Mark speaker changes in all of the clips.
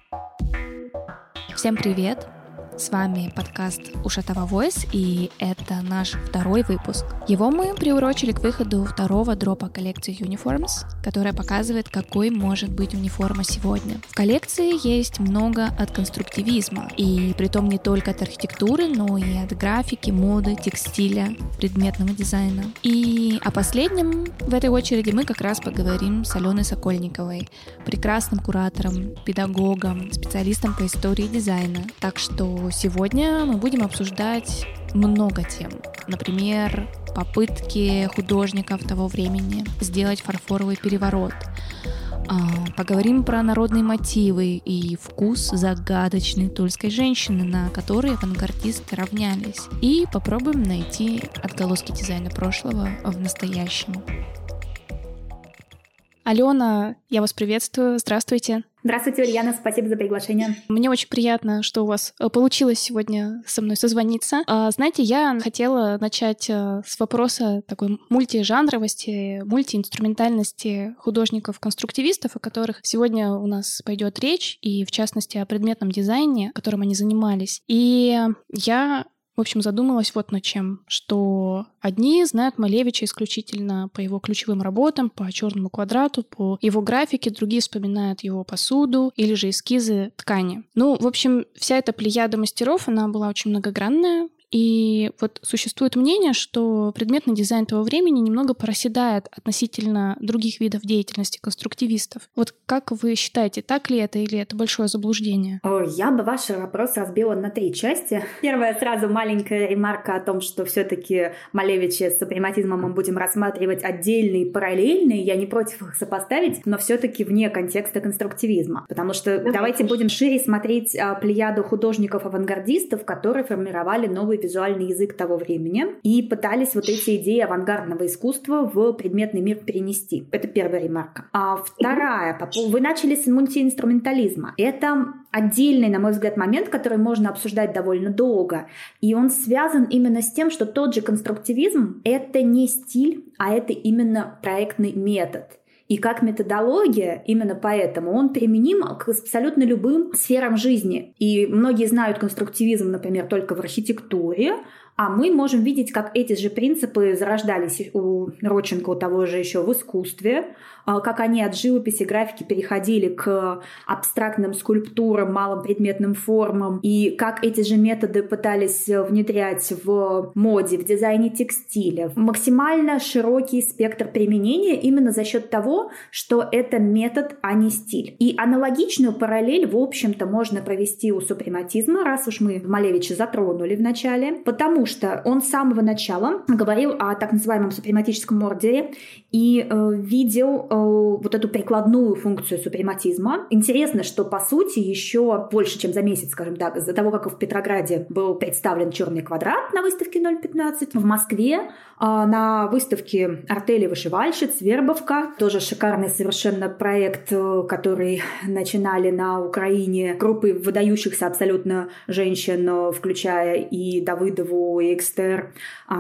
Speaker 1: Всем привет! С вами подкаст Ушатова Voice, и это наш второй выпуск. Его мы приурочили к выходу второго дропа коллекции Uniforms, которая показывает, какой может быть униформа сегодня. В коллекции есть много от конструктивизма, и притом не только от архитектуры, но и от графики, моды, текстиля, предметного дизайна. И о последнем в этой очереди мы как раз поговорим с Аленой Сокольниковой, прекрасным куратором, педагогом, специалистом по истории дизайна. Так что сегодня мы будем обсуждать много тем. Например, попытки художников того времени сделать фарфоровый переворот. Поговорим про народные мотивы и вкус загадочной тульской женщины, на которые авангардисты равнялись. И попробуем найти отголоски дизайна прошлого в настоящем. Алена, я вас приветствую. Здравствуйте.
Speaker 2: Здравствуйте, Ульяна, спасибо за приглашение.
Speaker 1: Мне очень приятно, что у вас получилось сегодня со мной созвониться. Знаете, я хотела начать с вопроса такой мультижанровости, мультиинструментальности художников-конструктивистов, о которых сегодня у нас пойдет речь, и в частности о предметном дизайне, которым они занимались. И я задумалась вот над чем, что одни знают Малевича исключительно по его ключевым работам, по «Черному квадрату», по его графике, другие вспоминают его посуду или же эскизы ткани. Вся эта плеяда мастеров, она была очень многогранная. И вот существует мнение, что предметный дизайн того времени немного проседает относительно других видов деятельности конструктивистов. Вот как вы считаете, так ли это или это большое заблуждение?
Speaker 2: Я бы ваш вопрос разбила на 3 части. Первая сразу маленькая ремарка о том, что все-таки Малевича с супрематизмом мы будем рассматривать отдельные, параллельные. Я не против их сопоставить, но все-таки вне контекста конструктивизма. Потому что давайте будем шире смотреть плеяду художников-авангардистов, которые формировали новый визуальный язык того времени и пытались вот эти идеи авангардного искусства в предметный мир перенести. Это первая ремарка. А вторая, вы начали с мультиинструментализма. Это отдельный, на мой взгляд, момент, который можно обсуждать довольно долго. И он связан именно с тем, что тот же конструктивизм — это не стиль, а это именно проектный метод. И как методология, именно поэтому он применим к абсолютно любым сферам жизни. И многие знают конструктивизм, например, только в архитектуре, а мы можем видеть, как эти же принципы зарождались у Родченко, у того же еще в искусстве, как они от живописи, графики переходили к абстрактным скульптурам, малым предметным формам, и как эти же методы пытались внедрять в моде, в дизайне текстиля. Максимально широкий спектр применения именно за счет того, что это метод, а не стиль. И аналогичную параллель, в общем-то, можно провести у супрематизма, раз уж мы Малевича затронули в начале, потому что он с самого начала говорил о так называемом супрематическом ордере и видел вот эту прикладную функцию супрематизма. Интересно, что, по сути, еще больше, чем за месяц, скажем так, из-за того, как в Петрограде был представлен «Черный квадрат» на выставке 015, в Москве на выставке «Артели вышивальщиц», «Вербовка», тоже шикарный совершенно проект, который начинали на Украине группы выдающихся абсолютно женщин, включая и Давыдову, и Экстер.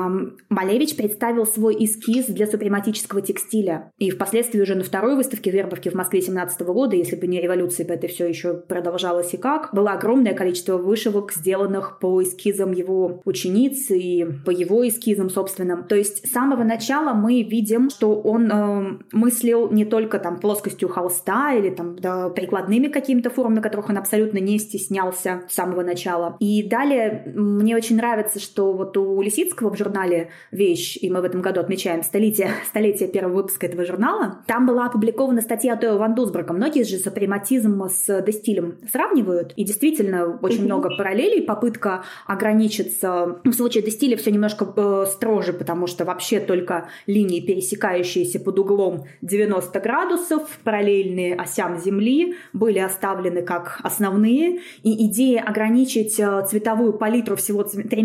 Speaker 2: Малевич представил свой эскиз для супрематического текстиля. И впоследствии уже на второй выставке «Вербовки» в Москве 17 года, если бы не революция, бы это все еще продолжалось и как, было огромное количество вышивок, сделанных по эскизам его учениц и по его эскизам собственным. То есть с самого начала мы видим, что он мыслил не только там плоскостью холста или там прикладными какими-то формами, которых он абсолютно не стеснялся с самого начала. И далее мне очень нравится, что вот у Лисицкого в журнале «Вещь», и мы в этом году отмечаем столетие первого выпуска этого журнала, там была опубликована статья Тео ван Дусбурга. Многие же супрематизм с дестилем сравнивают, и действительно очень много параллелей, попытка ограничиться. В случае дестиля все немножко строже, потому что вообще только линии, пересекающиеся под углом 90 градусов, параллельные осям Земли, были оставлены как основные, и идея ограничить цветовую палитру всего 3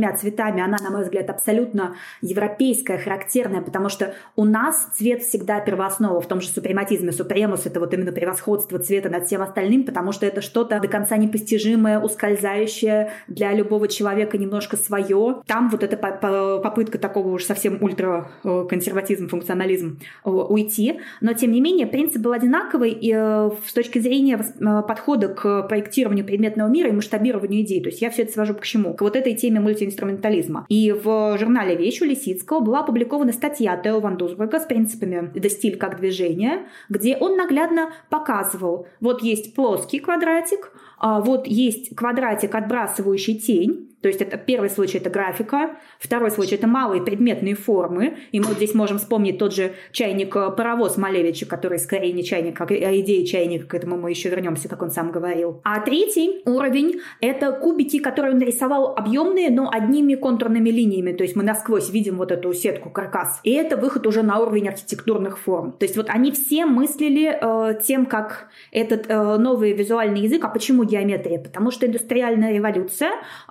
Speaker 2: цветами, она, на мой взгляд, абсолютно европейская, характерная, потому что у нас цвет всегда первооснова в том же супрематизме. Супремус — это вот именно превосходство цвета над всем остальным, потому что это что-то до конца непостижимое, ускользающее, для любого человека немножко свое. Там вот эта попытка такого уж совсем ультраконсерватизм, функционализм уйти. Но, тем не менее, принцип был одинаковый и с точки зрения подхода к проектированию предметного мира и масштабированию идей. То есть я все это свожу к чему? К вот этой теме мультиинструментализма. И в журнале «Вещь» у Лисицкого была опубликована статья Тео ван Дусбурга с принципами «Да стиль как движение», где он наглядно показывал, вот есть плоский квадратик, вот есть квадратик, отбрасывающий тень. То есть это первый случай — это графика, второй случай — это малые предметные формы. И мы здесь можем вспомнить тот же чайник-паровоз Малевича, который скорее не чайник, а идея чайника, к этому мы еще вернемся, как он сам говорил. А третий уровень — это кубики, которые он рисовал объемные, но одними контурными линиями. То есть мы насквозь видим вот эту сетку, каркас. И это выход уже на уровень архитектурных форм. То есть вот они все мыслили тем, как этот новый визуальный язык. А почему геометрия? Потому что индустриальная революция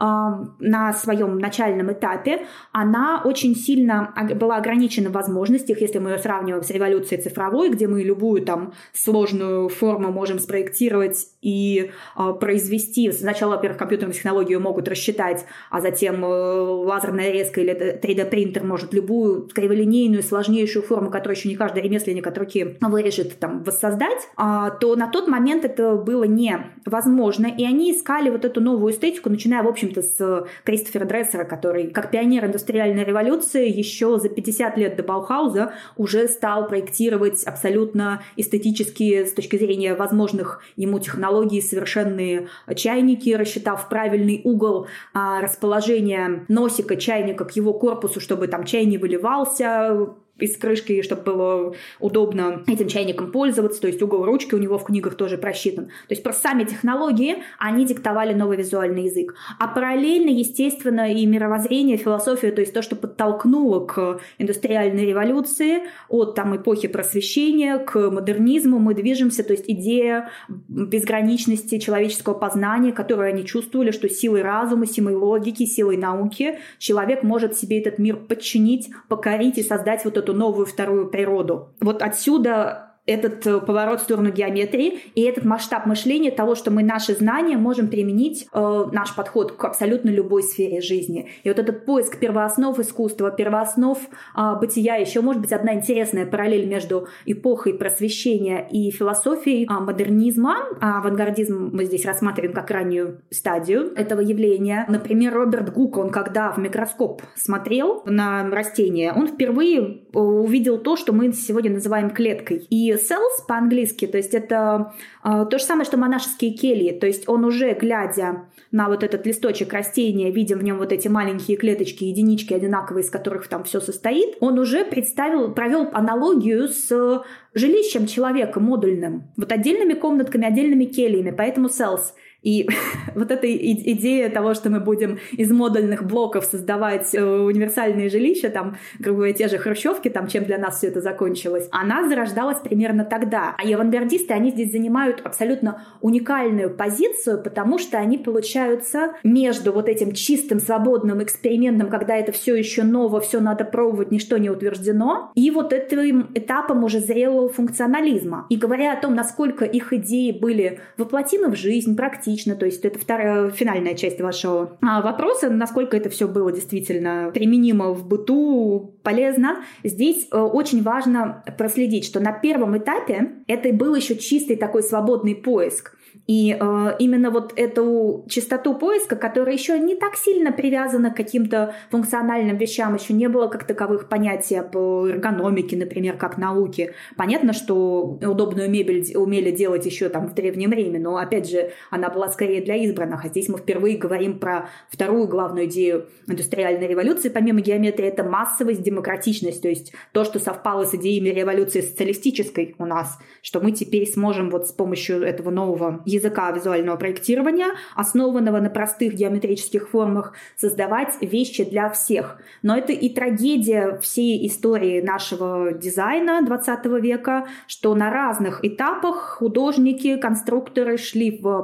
Speaker 2: на своем начальном этапе, она очень сильно была ограничена в возможностях, если мы ее сравниваем с революцией цифровой, где мы любую там сложную форму можем спроектировать и произвести. Сначала, во-первых, компьютерные технологии могут рассчитать, а затем лазерная резка или 3D-принтер может любую криволинейную, сложнейшую форму, которую еще не каждый ремесленник от руки вырежет, там, воссоздать, то на тот момент это было невозможно. И они искали вот эту новую эстетику, начиная, в общем-то, с Кристофера Дрессера, который, как пионер индустриальной революции, еще за 50 лет до Баухауза уже стал проектировать абсолютно эстетические, с точки зрения возможных ему технологий, совершенные чайники, рассчитав правильный угол расположения носика чайника к его корпусу, чтобы там чай не выливался из крышки, чтобы было удобно этим чайником пользоваться, то есть угол ручки у него в книгах тоже просчитан. То есть просто сами технологии, они диктовали новый визуальный язык. А параллельно, естественно, и мировоззрение, философия, то есть то, что подтолкнуло к индустриальной революции, от там эпохи просвещения к модернизму мы движемся, то есть идея безграничности человеческого познания, которую они чувствовали, что силой разума, силой логики, силой науки человек может себе этот мир подчинить, покорить и создать вот эту новую вторую природу. Вот отсюда этот поворот в сторону геометрии и этот масштаб мышления того, что мы наши знания можем применить, наш подход к абсолютно любой сфере жизни. И вот этот поиск первооснов искусства, первооснов бытия, еще может быть одна интересная параллель между эпохой просвещения и философией модернизма. Авангардизм мы здесь рассматриваем как раннюю стадию этого явления. Например, Роберт Гук, он когда в микроскоп смотрел на растения, он впервые увидел то, что мы сегодня называем клеткой. И cells по-английски, то есть это то же самое, что монашеские кельи, то есть он уже, глядя на вот этот листочек растения, видя в нем вот эти маленькие клеточки, единички одинаковые, из которых там все состоит, он уже провел аналогию с жилищем человека модульным, вот отдельными комнатками, отдельными кельями, поэтому cells. И вот эта идея того, что мы будем из модульных блоков создавать универсальные жилища, там, грубо говоря, те же хрущевки, там, чем для нас все это закончилось, она зарождалась примерно тогда. А авангардисты, они здесь занимают абсолютно уникальную позицию, потому что они получаются между вот этим чистым, свободным экспериментом, когда это все еще ново, все надо пробовать, ничто не утверждено, и вот этим этапом уже зрелого функционализма. И говоря о том, насколько их идеи были воплотимы в жизнь, практически, то есть это вторая, финальная часть вашего вопроса, насколько это все было действительно применимо в быту, полезно. Здесь очень важно проследить, что на первом этапе это был еще чистый такой свободный поиск. И именно вот эту чистоту поиска, которая еще не так сильно привязана к каким-то функциональным вещам, еще не было как таковых понятий об эргономике, например, как науке. Понятно, что удобную мебель умели делать еще там в Древнем Риме, но, опять же, она была скорее для избранных. А здесь мы впервые говорим про вторую главную идею индустриальной революции, помимо геометрии, это массовость, демократичность, то есть то, что совпало с идеями революции социалистической у нас, что мы теперь сможем вот с помощью этого нового языка визуального проектирования, основанного на простых геометрических формах, создавать вещи для всех. Но это и трагедия всей истории нашего дизайна 20 века, что на разных этапах художники, конструкторы шли в производство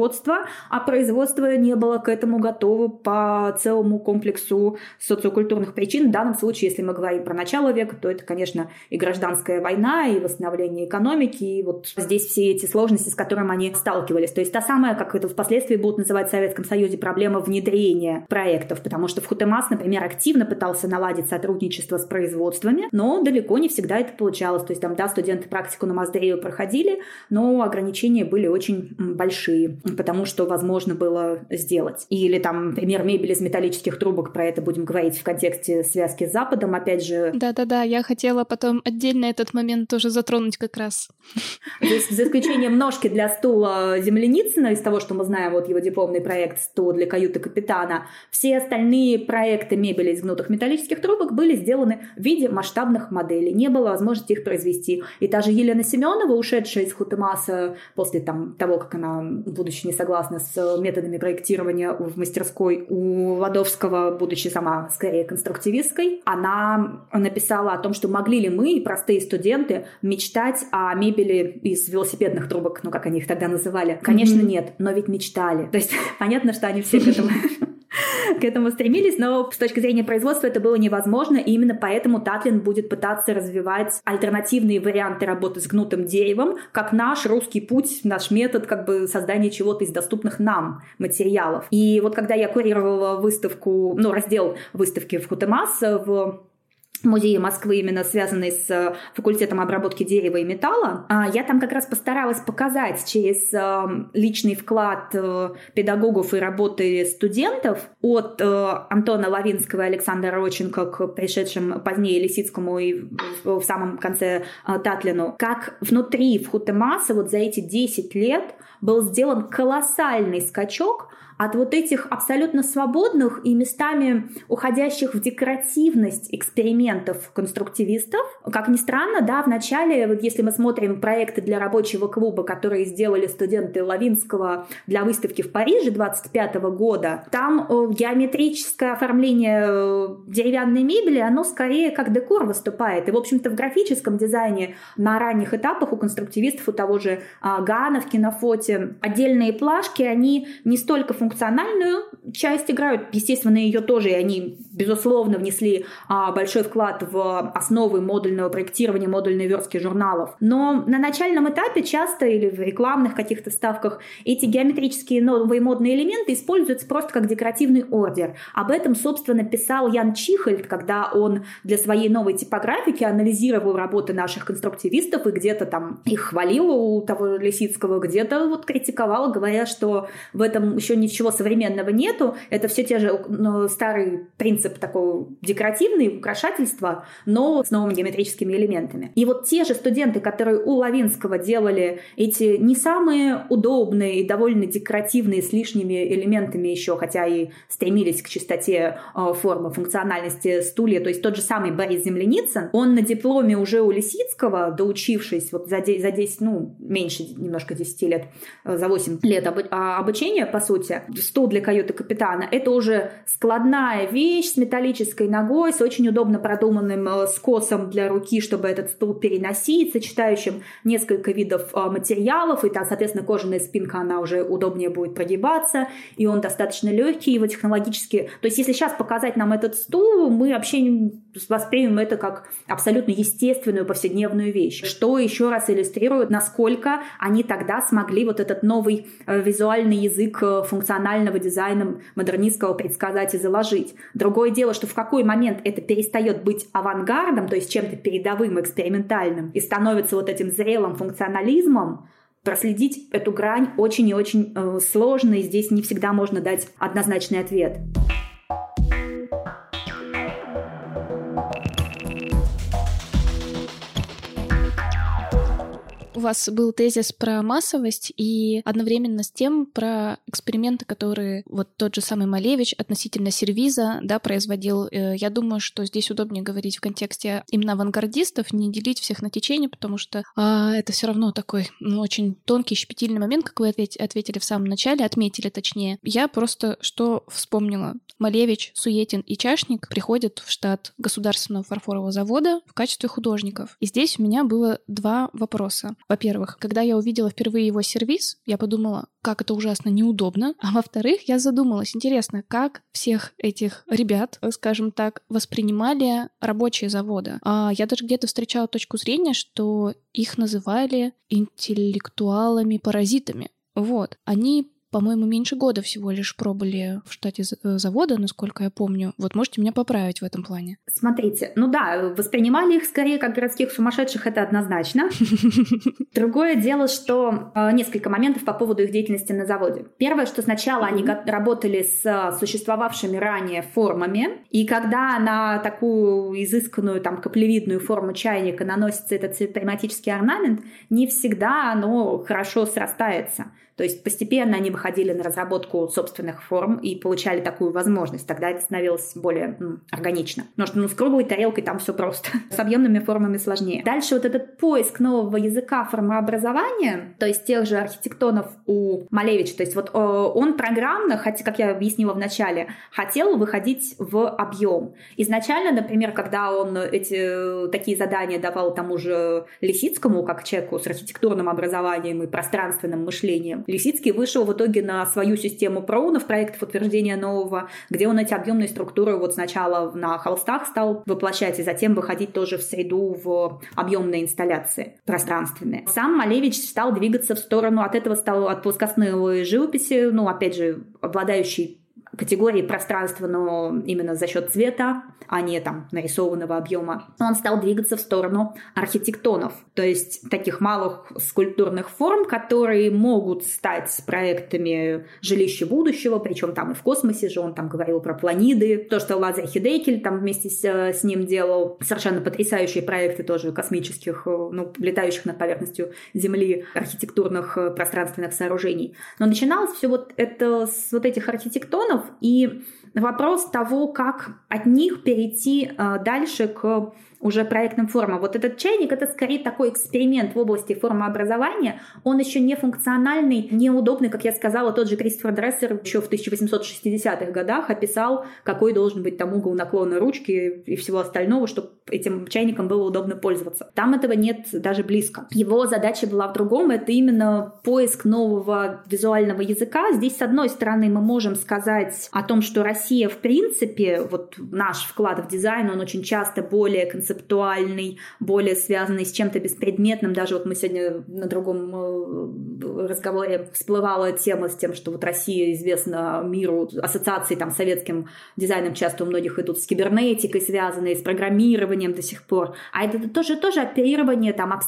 Speaker 2: производства, а производство не было к этому готово по целому комплексу социокультурных причин. В данном случае, если мы говорим про начало века, то это, конечно, и гражданская война, и восстановление экономики, и вот здесь все эти сложности, с которыми они сталкивались. То есть та самая, как это впоследствии будут называть в Советском Союзе, проблема внедрения проектов, потому что в Хутемас, например, активно пытался наладить сотрудничество с производствами, но далеко не всегда это получалось. То есть там, да, студенты практику на Моздрею проходили, но ограничения были очень большие, потому что возможно было сделать. Или там, например, мебель из металлических трубок, про это будем говорить в контексте связки с Западом, опять же.
Speaker 1: Да-да-да, я хотела потом отдельно этот момент тоже затронуть как раз.
Speaker 2: Здесь, за исключением ножки для стула Земляницына, из того, что мы знаем, вот его дипломный проект «Стул для каюты капитана», все остальные проекты мебели из гнутых металлических трубок были сделаны в виде масштабных моделей. Не было возможности их произвести. И та же Елена Семенова, ушедшая из Хутемаса после того, как она, будучи не согласна с методами проектирования в мастерской у Ладовского, будучи сама скорее конструктивистской, она написала о том, что могли ли мы, простые студенты, мечтать о мебели из велосипедных трубок, ну, как они их тогда называли. Конечно, нет, но ведь мечтали. То есть понятно, что они все к этому стремились, но с точки зрения производства это было невозможно, и именно поэтому Татлин будет пытаться развивать альтернативные варианты работы с гнутым деревом, как наш русский путь, наш метод как бы создания чего-то из доступных нам материалов. И вот когда я курировала выставку, раздел выставки в Хутемас в Музее Москвы, именно связанный с факультетом обработки дерева и металла, я там как раз постаралась показать через личный вклад педагогов и работы студентов от Антона Лавинского и Александра Родченко к пришедшим позднее Лисицкому и в самом конце Татлину, как внутри в Хутемаса вот за эти 10 лет был сделан колоссальный скачок от вот этих абсолютно свободных и местами уходящих в декоративность экспериментов конструктивистов. Как ни странно, да, в начале, вот если мы смотрим проекты для рабочего клуба, которые сделали студенты Лавинского для выставки в Париже 25 года, там геометрическое оформление деревянной мебели, оно скорее как декор выступает. И, в общем-то, в графическом дизайне на ранних этапах у конструктивистов, у того же Гана в Кинофоте, отдельные плашки, они не столько функциональную часть играют. Естественно, ее тоже, и они, безусловно, внесли большой вклад в основы модульного проектирования, модульной верстки журналов. Но на начальном этапе часто или в рекламных каких-то ставках эти геометрические новые модные элементы используются просто как декоративный ордер. Об этом, собственно, писал Ян Чихельд, когда он для своей новой типографики анализировал работы наших конструктивистов и где-то там их хвалил у того Лисицкого, где-то вот критиковал, говоря, что в этом еще ничего современного нету. Это все те же старый принцип такого декоративный, украшательства, но с новыми геометрическими элементами. И вот те же студенты, которые у Лавинского делали эти не самые удобные и довольно декоративные с лишними элементами еще, хотя и стремились к чистоте формы, функциональности стулья, то есть тот же самый Борис Земляницын, он на дипломе уже у Лисицкого, доучившись вот за 10, меньше немножко 10 лет, за 8 лет обучения, по сути, стул для каюты капитана, это уже складная вещь с металлической ногой, с очень удобно продуманным скосом для руки, чтобы этот стул переносить, сочетающим несколько видов материалов, и там, соответственно, кожаная спинка, она уже удобнее будет прогибаться, и он достаточно легкий, его технологически... То есть, если сейчас показать нам этот стул, мы вообще воспримем это как абсолютно естественную повседневную вещь, что еще раз иллюстрирует, насколько они тогда смогли вот этот новый визуальный язык функционального дизайна модернистского предсказать и заложить. Другое дело, что в какой момент это перестает быть авангардом, то есть чем-то передовым, экспериментальным, и становится вот этим зрелым функционализмом, проследить эту грань очень и очень сложно, и здесь не всегда можно дать однозначный ответ.
Speaker 1: У вас был тезис про массовость и одновременно с тем про эксперименты, которые вот тот же самый Малевич относительно сервиза, да, производил. Я думаю, что здесь удобнее говорить в контексте именно авангардистов, не делить всех на течение, потому что это все равно такой очень тонкий, щепетильный момент, как вы ответили в самом начале, отметили точнее. Я просто что вспомнила. Малевич, Суетин и Чашник приходят в штат Государственного фарфорового завода в качестве художников. И здесь у меня было два вопроса. Во-первых, когда я увидела впервые его сервис, я подумала, как это ужасно неудобно. А во-вторых, я задумалась, интересно, как всех этих ребят, скажем так, воспринимали рабочие завода. Я даже где-то встречала точку зрения, что их называли интеллектуалами-паразитами. Вот. Они, по-моему, меньше года всего лишь пробыли в штате завода, насколько я помню. Вот можете меня поправить в этом плане.
Speaker 2: Смотрите, воспринимали их скорее как городских сумасшедших, это однозначно. Другое дело, что несколько моментов по поводу их деятельности на заводе. Первое, что сначала они работали с существовавшими ранее формами, и когда на такую изысканную, каплевидную форму чайника наносится этот тематический орнамент, не всегда оно хорошо срастается. То есть постепенно они выходили на разработку собственных форм и получали такую возможность. Тогда это становилось более органично. Потому что с круглой тарелкой там все просто. С объемными формами сложнее. Дальше вот этот поиск нового языка формообразования, то есть тех же архитектонов у Малевича, то есть вот он программно, хотя, как я объяснила в начале, хотел выходить в объем. Изначально, например, когда он такие задания давал тому же Лисицкому, как человеку с архитектурным образованием и пространственным мышлением, Лисицкий вышел в итоге на свою систему проунов, проектов утверждения нового, где он эти объемные структуры вот сначала на холстах стал воплощать и затем выходить тоже в среду в объемные инсталляции пространственные. Сам Малевич стал двигаться в сторону, от плоскостной живописи, опять же, обладающей категории пространства, но именно за счет цвета, а не нарисованного объема, он стал двигаться в сторону архитектонов, то есть таких малых скульптурных форм, которые могут стать проектами жилища будущего, причем и в космосе же он говорил про планиды, то, что Лазарь Хидейкель вместе с ним делал совершенно потрясающие проекты тоже космических, летающих над поверхностью Земли архитектурных пространственных сооружений. Но начиналось все это с этих архитектонов, и вопрос того, как от них перейти дальше к уже проектным формам. Вот этот чайник — это скорее такой эксперимент в области формообразования. Он еще не функциональный, неудобный, как я сказала, тот же Кристофер Дрессер еще в 1860-х годах описал, какой должен быть угол наклона ручки и всего остального, чтобы этим чайником было удобно пользоваться. Там этого нет даже близко. Его задача была в другом, это именно поиск нового визуального языка. Здесь, с одной стороны, мы можем сказать о том, что Россия, в принципе, вот наш вклад в дизайн, он очень часто более концептуальный, более связанный с чем-то беспредметным. Даже вот мы сегодня на другом разговоре всплывала тема с тем, что вот Россия известна миру, ассоциации с советским дизайном часто у многих идут с кибернетикой связанные, с программированием до сих пор. А это тоже оперирование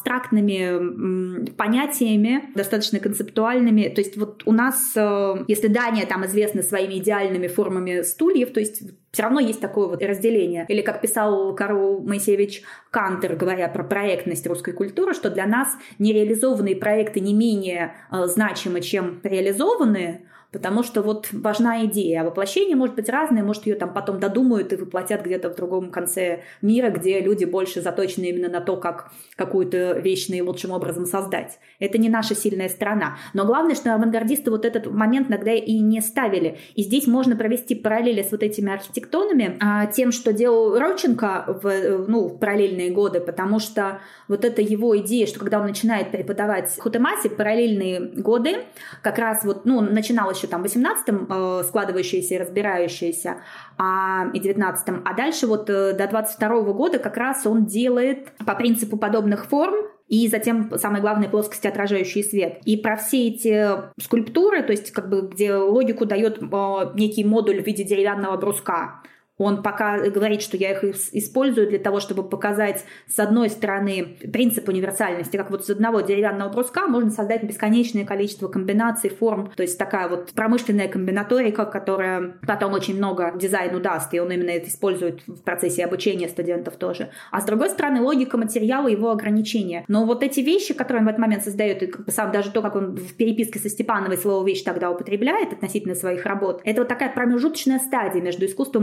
Speaker 2: абстрактными понятиями, достаточно концептуальными. То есть вот у нас, если Дания известна своими идеальными формами стульев, то есть все равно есть такое вот разделение. Или как писал Карл Моисеевич Кантер, говоря про проектность русской культуры, что для нас нереализованные проекты не менее значимы, чем реализованные, потому что вот важна идея. А воплощение может быть разное, может, ее потом додумают и воплотят где-то в другом конце мира, где люди больше заточены именно на то, как какую-то вещь наилучшим образом создать. Это не наша сильная сторона. Но главное, что авангардисты вот этот момент иногда и не ставили. И здесь можно провести параллели с вот этими архитектонами, тем, что делал Родченко в параллельные годы, потому что вот это его идея, что когда он начинает преподавать в Хутемасе, параллельные годы, как раз начинал еще в 18-м складывающиеся и разбирающиеся, и 19-м, а дальше до 22-го года как раз он делает по принципу подобных форм, и затем, самое главное, плоскости, отражающие свет. И про все эти скульптуры, то есть где логику дает некий модуль в виде деревянного бруска, он пока говорит, что я их использую для того, чтобы показать, с одной стороны, принцип универсальности, как с одного деревянного бруска можно создать бесконечное количество комбинаций, форм, то есть такая промышленная комбинаторика, которая потом очень много дизайну даст, и он именно это использует в процессе обучения студентов тоже. А с другой стороны, логика материала, его ограничения. Но вот эти вещи, которые он в этот момент создает, и сам даже то, как он в переписке со Степановой слово «вещь» тогда употребляет относительно своих работ, это такая промежуточная стадия между искусством и дизайном.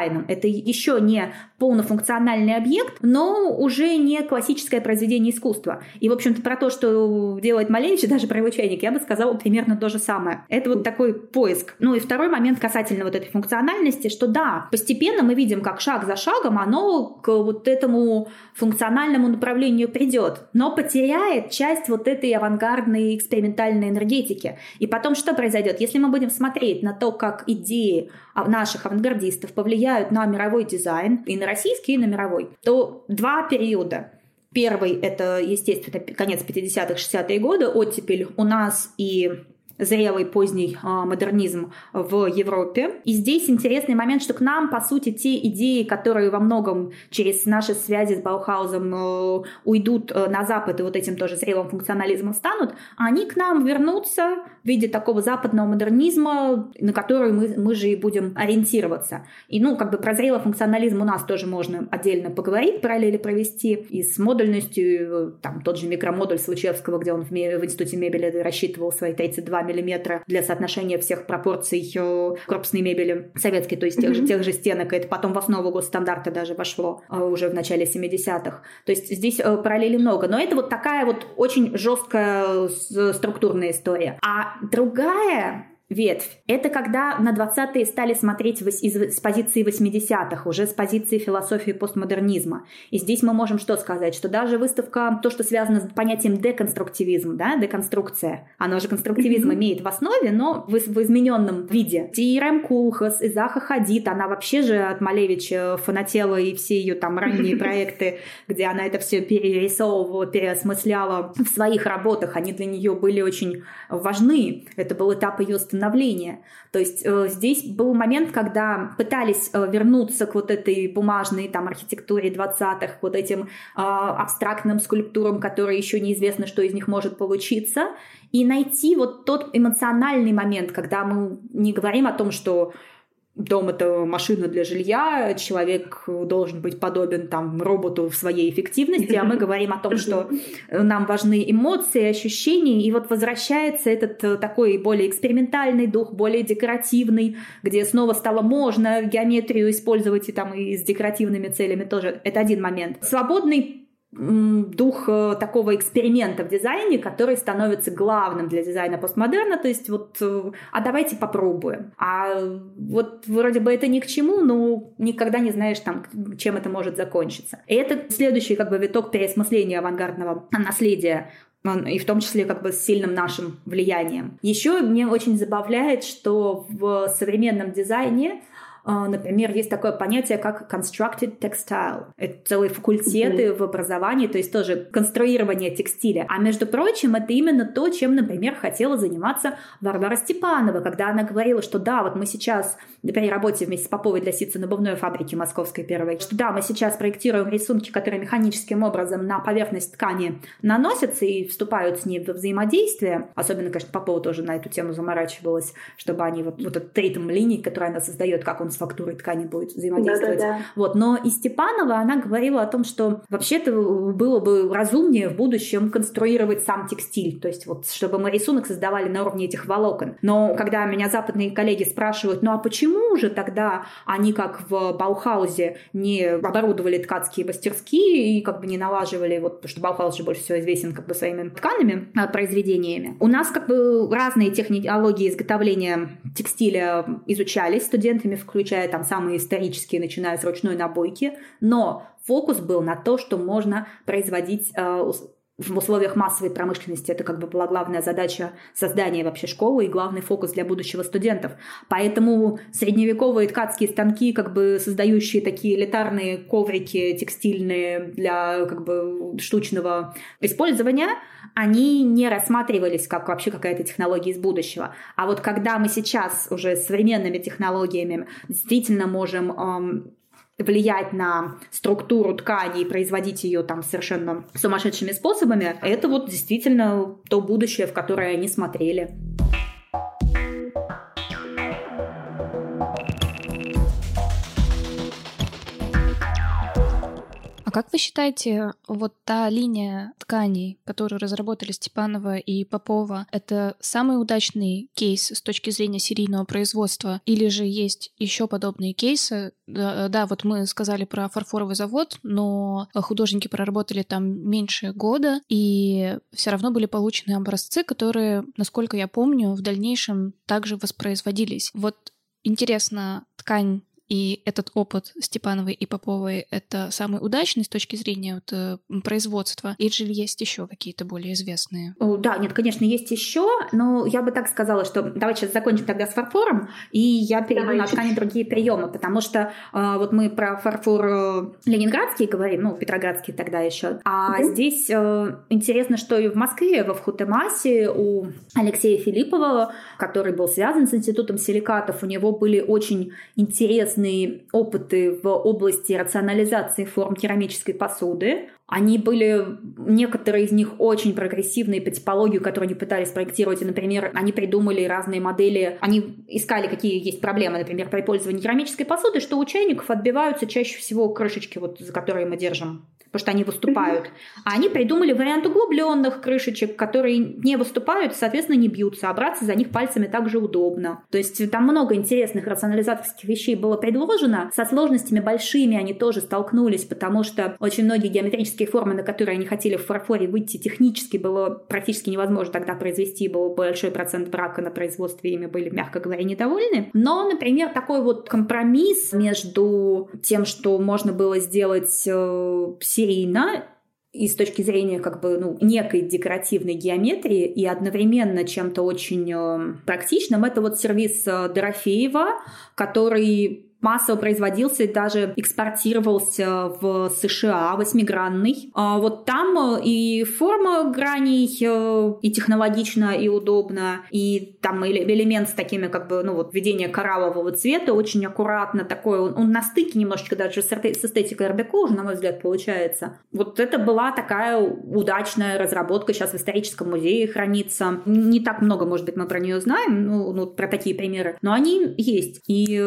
Speaker 2: дизайном. Это еще не полнофункциональный объект, но уже не классическое произведение искусства. И, в общем-то, про то, что делает Малевич, и даже про его чайник, я бы сказала примерно то же самое. Это вот такой поиск. Ну и второй момент касательно вот этой функциональности, что да, постепенно мы видим, как шаг за шагом оно к вот этому функциональному направлению придет, но потеряет часть вот этой авангардной экспериментальной энергетики. И потом что произойдет? Если мы будем смотреть на то, как идеи наших авангардистов повлияют на мировой дизайн, и на российский, и на мировой, то два периода. Первый — это, естественно, конец 50-х, 60-е годы, оттепель у нас и зрелый поздний модернизм в Европе. И здесь интересный момент, что к нам, по сути, те идеи, которые во многом через наши связи с Баухаузом уйдут на Запад и вот этим тоже зрелым функционализмом станут, они к нам вернутся в виде такого западного модернизма, на который мы же и будем ориентироваться. И, как бы про зрелый функционализм у нас тоже можно отдельно поговорить, параллели провести. И с модульностью, там тот же микромодуль Случевского, где он в Институте мебели рассчитывал свои 32 миллиметра для соотношения всех пропорций корпусной мебели советской, то есть тех же стенок. Это потом в основу госстандарта даже вошло уже в начале 70-х. То есть здесь параллелей много. Но это вот такая вот очень жесткая структурная история. А другая ветвь — это когда на 20-е стали смотреть с позиции 80-х, уже с позиции философии постмодернизма. И здесь мы можем что сказать? Что даже выставка, то, что связано с понятием деконструктивизм, да, деконструкция, она же конструктивизм имеет в основе, но в измененном виде. И Рэм Кулхас, и Заха Хадид, она вообще же от Малевича фанатела, и все ее там ранние проекты, где она это все перерисовывала, переосмысляла в своих работах, они для нее были очень важны. Это был этап ее становления. То есть здесь был момент, когда пытались вернуться к вот этой бумажной там архитектуре 20-х, вот этим абстрактным скульптурам, которые еще неизвестно, что из них может получиться, и найти вот тот эмоциональный момент, когда мы не говорим о том, что дом — это машина для жилья, человек должен быть подобен там роботу в своей эффективности, а мы говорим о том, что нам важны эмоции, ощущения, и вот возвращается этот такой более экспериментальный дух, более декоративный, где снова стало можно геометрию использовать и с декоративными целями тоже. Это один момент. Свободный дух такого эксперимента в дизайне, который становится главным для дизайна постмодерна, то есть а давайте попробуем. А вот вроде бы это ни к чему, но никогда не знаешь, чем это может закончиться. И это следующий виток переосмысления авангардного наследия, и в том числе с сильным нашим влиянием. Еще мне очень забавляет, что в современном дизайне, например, есть такое понятие, как constructed textile. Это целые факультеты в образовании, то есть тоже конструирование текстиля. А между прочим, это именно то, чем, например, хотела заниматься Варвара Степанова, когда она говорила, что да, вот мы сейчас при работе вместе с Поповой для ситцо-надувной фабрики московской первой, что да, мы сейчас проектируем рисунки, которые механическим образом на поверхность ткани наносятся и вступают с ней в взаимодействие. Особенно, конечно, Попова тоже на эту тему заморачивалась, чтобы они вот этот ритм линий, который она создает, как он с фактурой ткани будет взаимодействовать. Да. Но и Степанова, она говорила о том, что вообще-то было бы разумнее в будущем конструировать сам текстиль, то есть чтобы мы рисунок создавали на уровне этих волокон. Но когда меня западные коллеги спрашивают, а почему же тогда они, как в Баухаузе, не оборудовали ткацкие мастерские и не налаживали, потому что Баухаус же больше всего известен своими ткаными произведениями. У нас разные технологии изготовления текстиля изучались студентами, включая самые исторические, начиная с ручной набойки, но фокус был на то, что можно производить в условиях массовой промышленности. Это была главная задача создания вообще школы и главный фокус для будущего студентов. Поэтому средневековые ткацкие станки, создающие такие элитарные коврики текстильные для штучного использования, они не рассматривались как вообще какая-то технология из будущего. А вот когда мы сейчас уже с современными технологиями действительно можем влиять на структуру ткани и производить ее совершенно сумасшедшими способами, это действительно то будущее, в которое они смотрели.
Speaker 1: А как вы считаете, вот та линия тканей, которую разработали Степанова и Попова, это самый удачный кейс с точки зрения серийного производства? Или же есть еще подобные кейсы? Да, вот мы сказали про фарфоровый завод, но художники проработали там меньше года, и все равно были получены образцы, которые, насколько я помню, в дальнейшем также воспроизводились. Вот интересно, ткань и этот опыт Степановой и Поповой — это самый удачный с точки зрения производства? Или же есть еще какие-то более известные?
Speaker 2: Да, нет, конечно, есть еще, но я бы так сказала, что давай сейчас закончим тогда с фарфором, и я перейду на ткани другие приемы, потому что вот мы про фарфор ленинградский говорим, петроградский тогда еще, а здесь интересно, что и в Москве, во Вхутемасе у Алексея Филиппова, который был связан с институтом силикатов, у него были очень интересные опыты в области рационализации форм керамической посуды. Они были, некоторые из них очень прогрессивные по типологии, которую они пытались проектировать. И, например, они придумали разные модели, они искали, какие есть проблемы, например, при пользовании керамической посуды, что у чайников отбиваются чаще всего крышечки, вот, за которые мы держим, потому что они выступают. А они придумали вариант углубленных крышечек, которые не выступают, соответственно, не бьются, а браться за них пальцами также удобно. То есть там много интересных рационализаторских вещей было предложено. Со сложностями большими они тоже столкнулись, потому что очень многие геометрические формы, на которые они хотели в фарфоре выйти, технически было практически невозможно тогда произвести, был большой процент брака на производстве, ими были, мягко говоря, недовольны. Но, например, такой вот компромисс между тем, что можно было сделать серийно, и с точки зрения некой декоративной геометрии и одновременно чем-то очень практичным, это вот сервиз Дорофеева, который массово производился и даже экспортировался в США, 8-гранный. Вот там и форма граней и технологично, и удобно, и там элемент с такими введение кораллового цвета, очень аккуратно такой, он на стыке немножечко даже с эстетикой ар-деко уже, на мой взгляд, получается. Вот это была такая удачная разработка, сейчас в историческом музее хранится. Не так много, может быть, мы про нее знаем, про такие примеры, но они есть. И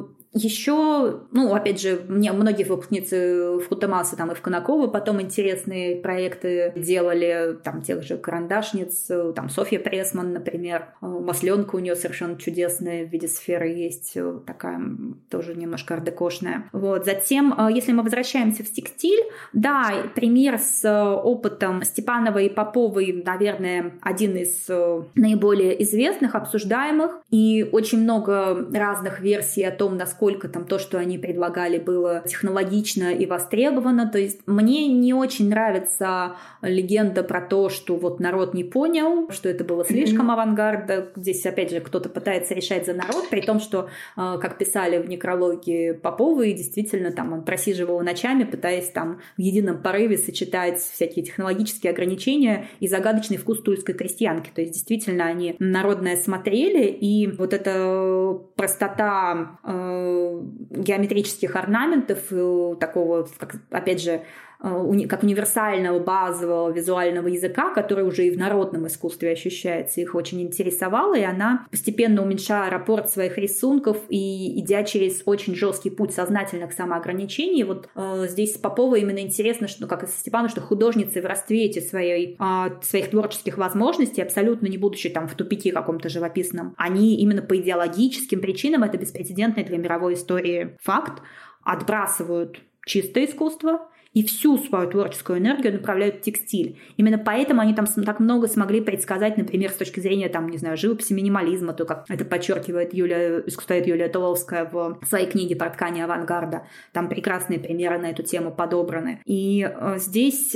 Speaker 2: еще, опять же, многие выпускницы Вхутемаса и в Конаково потом интересные проекты делали, тех же карандашниц, Софья Пресман, например, масленка у нее совершенно чудесная в виде сферы есть, такая тоже немножко ар-декошная. Вот. Затем, если мы возвращаемся в текстиль, да, пример с опытом Степановой и Поповой, наверное, один из наиболее известных, обсуждаемых, и очень много разных версий о том, насколько то, что они предлагали, было технологично и востребовано. То есть мне не очень нравится легенда про то, что вот народ не понял, что это было слишком авангардно. Здесь, опять же, кто-то пытается решать за народ, при том, что, как писали в некрологии Поповой, действительно, он просиживал ночами, пытаясь в едином порыве сочетать всякие технологические ограничения и загадочный вкус тульской крестьянки. То есть, действительно, они народное смотрели, и вот эта простота геометрических орнаментов, такого, опять же, как универсального базового визуального языка, который уже и в народном искусстве ощущается, их очень интересовало, и она, постепенно уменьшая рапорт своих рисунков и идя через очень жесткий путь сознательных самоограничений, вот здесь с Поповой именно интересно, что, как и со Степаном, что художницы в расцвете своих творческих возможностей, абсолютно не будучи в тупике каком-то живописном, они именно по идеологическим причинам, это беспрецедентный для мировой истории факт, отбрасывают чистое искусство и всю свою творческую энергию направляют в текстиль. Именно поэтому они так много смогли предсказать, например, с точки зрения, живописи, минимализма, то, как это подчеркивает искусствовед Юлия Туловская в своей книге про ткани авангарда. Там прекрасные примеры на эту тему подобраны. И здесь,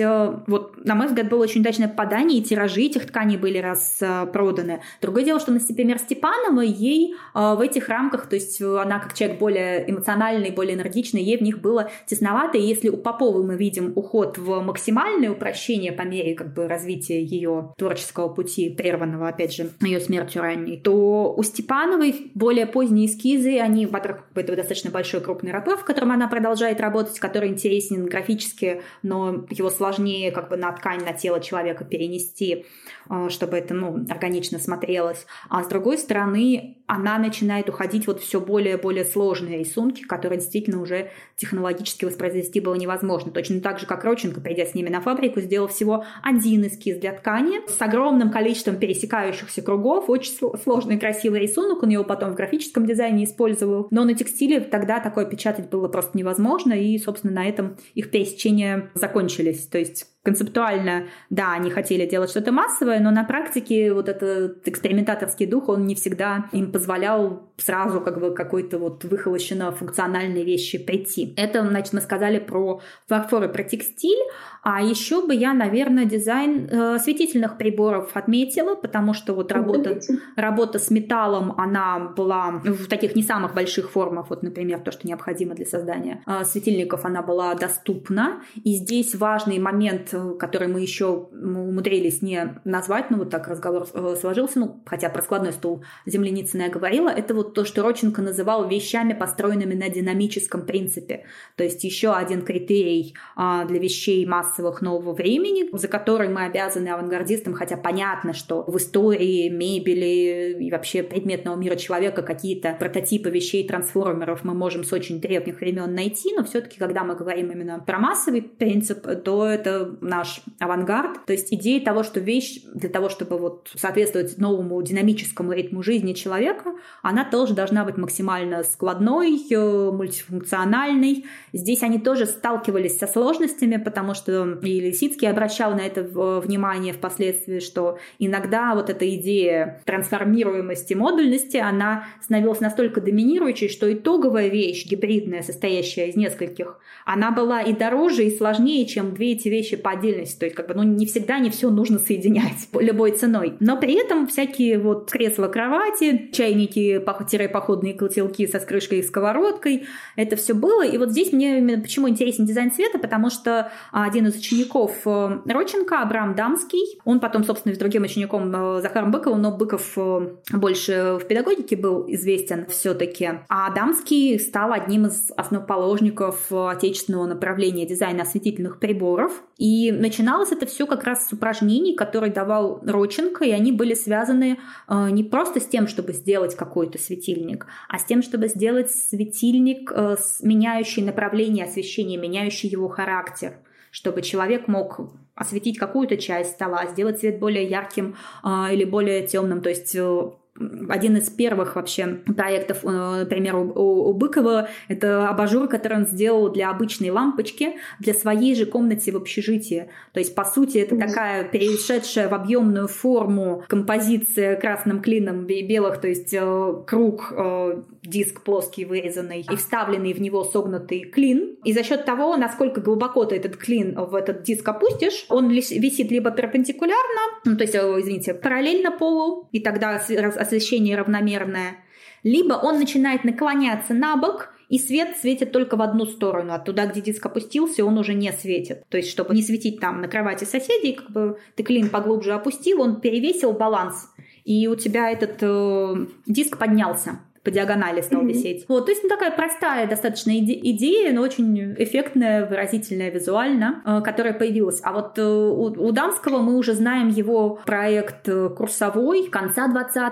Speaker 2: на мой взгляд, было очень удачное попадание, и тиражи этих тканей были распроданы. Другое дело, что, например, Степанова, ей в этих рамках, то есть она как человек более эмоциональный, более энергичный, ей в них было тесновато, и если у Поповой мы видим уход в максимальное упрощение по мере развития ее творческого пути, прерванного, опять же, ее смертью ранней, то у Степановой более поздние эскизы, они, во-первых, это достаточно большой крупный рапорт, в котором она продолжает работать, который интересен графически, но его сложнее на ткань, на тело человека перенести, чтобы это органично смотрелось. А с другой стороны, она начинает уходить все более и более сложные рисунки, которые действительно уже технологически воспроизвести было невозможно. точно так же, как Родченко, придя с ними на фабрику, сделал всего один эскиз для ткани с огромным количеством пересекающихся кругов, очень сложный красивый рисунок, он его потом в графическом дизайне использовал, но на текстиле тогда такое печатать было просто невозможно, и, собственно, на этом их пересечения закончились. То есть концептуально, да, они хотели делать что-то массовое, но на практике вот этот экспериментаторский дух, он не всегда им позволял сразу как бы какой-то вот выхолощенно функциональной вещи прийти. Это, значит, мы сказали про фарфор и про текстиль, а еще бы я, наверное, дизайн осветительных приборов отметила, потому что вот работа с металлом, она была в таких не самых больших формах, вот, например, то, что необходимо для создания светильников, она была доступна, и здесь важный момент, который мы еще умудрились не назвать, ну вот так разговор сложился, ну хотя про складной стул Земляницына я говорила, это вот то, что Родченко называл вещами, построенными на динамическом принципе. То есть еще один критерий для вещей массовых нового времени, за который мы обязаны авангардистам, хотя понятно, что в истории мебели и вообще предметного мира человека какие-то прототипы вещей, трансформеров мы можем с очень древних времен найти, но все-таки, когда мы говорим именно про массовый принцип, то это наш авангард, то есть идея того, что вещь для того, чтобы вот соответствовать новому динамическому ритму жизни человека, она тоже должна быть максимально складной, мультифункциональной. Здесь они тоже сталкивались со сложностями, потому что и Лисицкий обращал на это внимание впоследствии, что иногда вот эта идея трансформируемости, модульности, она становилась настолько доминирующей, что итоговая вещь, гибридная, состоящая из нескольких, она была и дороже, и сложнее, чем две эти вещи по отдельности. То есть как бы, не всегда не все нужно соединять любой ценой. Но при этом всякие вот кресла-кровати, чайники-походные котелки со крышкой и сковородкой, это все было. И вот здесь мне именно почему интересен дизайн цвета, потому что один из учеников Родченко, Абрам Дамский, он потом, собственно, с другим учеником Захаром Быковым, но Быков больше в педагогике был известен все-таки. А Дамский стал одним из основоположников отечественного направления дизайна осветительных приборов. И начиналось это все как раз с упражнений, которые давал Родченко, и они были связаны не просто с тем, чтобы сделать какой-то светильник, а с тем, чтобы сделать светильник, меняющий направление освещения, меняющий его характер, чтобы человек мог осветить какую-то часть стола, сделать свет более ярким или более темным. То есть один из первых вообще проектов, например, у Быкова, это абажур, который он сделал для обычной лампочки, для своей же комнаты в общежитии. То есть, по сути, это такая перешедшая в объемную форму композиция красным клином белых, то есть круг, диск плоский вырезанный и вставленный в него согнутый клин. И за счет того, насколько глубоко ты этот клин в этот диск опустишь, он висит либо перпендикулярно, то есть, параллельно полу, и тогда освещение равномерное, либо он начинает наклоняться на бок, и свет светит только в одну сторону, а туда, где диск опустился, он уже не светит. То есть, чтобы не светить там на кровати соседей, как бы ты клин поглубже опустил, он перевесил баланс, и у тебя этот диск поднялся. По диагонали стал висеть. Вот, то есть такая простая достаточно идея, но очень эффектная, выразительная визуально, которая появилась. А вот у Дамского мы уже знаем его проект курсовой конца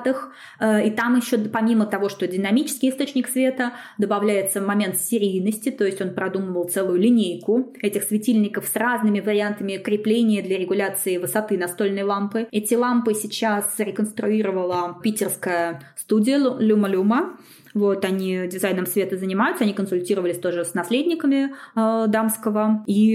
Speaker 2: 20-х, и там еще помимо того, что динамический источник света, добавляется момент серийности, то есть он продумывал целую линейку этих светильников с разными вариантами крепления для регуляции высоты настольной лампы. Эти лампы сейчас реконструировала питерская студия Люма-Люма. Вот, они дизайном света занимаются, они консультировались тоже с наследниками Дамского. И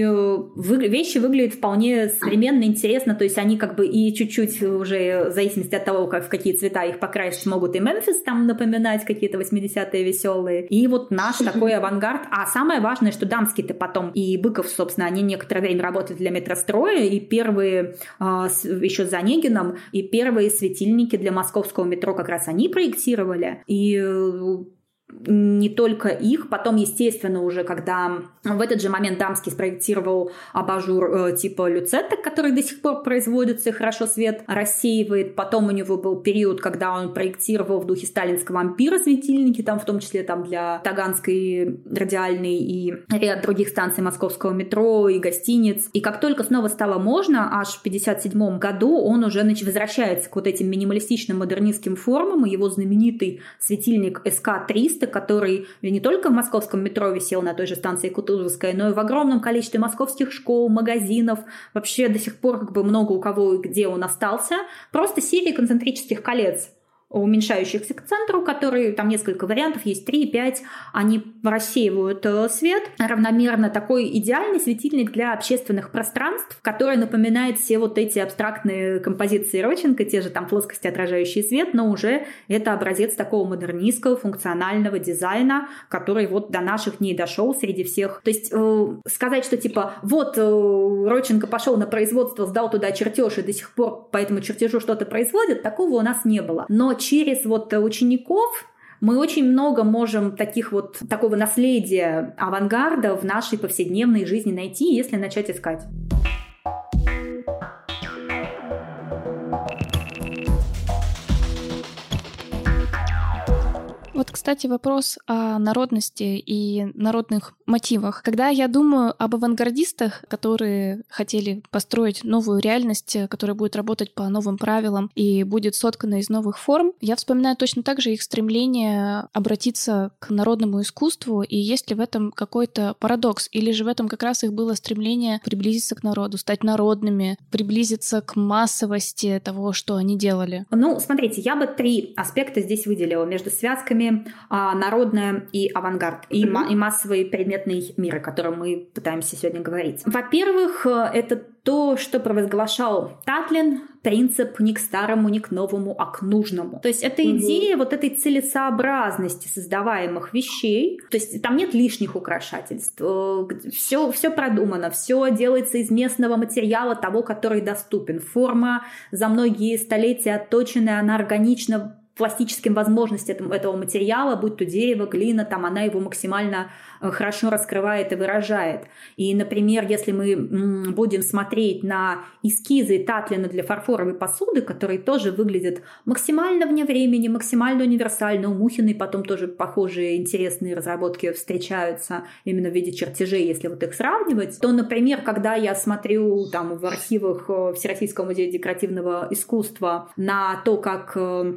Speaker 2: вещи выглядят вполне современно, интересно. То есть они как бы и чуть-чуть уже, в зависимости от того, в какие цвета их покрасить, могут и Мемфис там напоминать, какие-то 80-е веселые. И вот наш такой авангард. А самое важное, что Дамский-то потом и Быков, собственно, они некоторое время работали для метростроя, и первые, еще с Занегиным, и первые светильники для московского метро как раз они проектировали. И не только их. Потом, естественно, уже когда в этот же момент Дамский спроектировал абажур типа люцеток, который до сих пор производится и хорошо свет рассеивает. Потом у него был период, когда он проектировал в духе сталинского ампира светильники, там, в том числе там, для Таганской радиальной и ряд других станций московского метро и гостиниц. И как только снова стало можно, аж в 1957 году он уже возвращается к вот этим минималистичным модернистским формам, и его знаменитый светильник СК-300, авангардиста, который не только в московском метро висел на той же станции Кутузовская, но и в огромном количестве московских школ, магазинов. Вообще до сих пор много у кого и где он остался. Просто серия концентрических колец, уменьшающихся к центру, которые, там несколько вариантов, есть 3-5, они рассеивают свет. Равномерно такой идеальный светильник для общественных пространств, который напоминает все вот эти абстрактные композиции Родченко, те же там плоскости, отражающие свет, но уже это образец такого модернистского функционального дизайна, который вот до наших дней дошел среди всех. То есть сказать, что типа вот Родченко пошел на производство, сдал туда чертеж и до сих пор по этому чертежу что-то производит, такого у нас не было. Но через вот учеников мы очень много можем такого наследия авангарда в нашей повседневной жизни найти, если начать искать.
Speaker 1: Вот, кстати, вопрос о народности и народных мотивах. Когда я думаю об авангардистах, которые хотели построить новую реальность, которая будет работать по новым правилам и будет соткана из новых форм, я вспоминаю точно так же их стремление обратиться к народному искусству, и есть ли в этом какой-то парадокс, или же в этом как раз их было стремление приблизиться к народу, стать народными, приблизиться к массовости того, что они делали?
Speaker 2: Ну, смотрите, я бы 3 аспекта здесь выделила между связками народное и авангард, и массовый предметный мир, о котором мы пытаемся сегодня говорить. Во-первых, это то, что провозглашал Татлин, принцип ни к старому, ни к новому, а к нужному. То есть это идея вот этой целесообразности создаваемых вещей. То есть там нет лишних украшательств. Все продумано, все делается из местного материала, того, который доступен. Форма за многие столетия отточенная, она органична пластическим возможностям этого материала, будь то дерево, глина, там она его максимально хорошо раскрывает и выражает. И, например, если мы будем смотреть на эскизы Татлина для фарфоровой посуды, которые тоже выглядят максимально вне времени, максимально универсально, у Мухиной потом тоже похожие интересные разработки встречаются именно в виде чертежей, если вот их сравнивать, то, например, когда я смотрю там в архивах Всероссийского музея декоративного искусства на то, как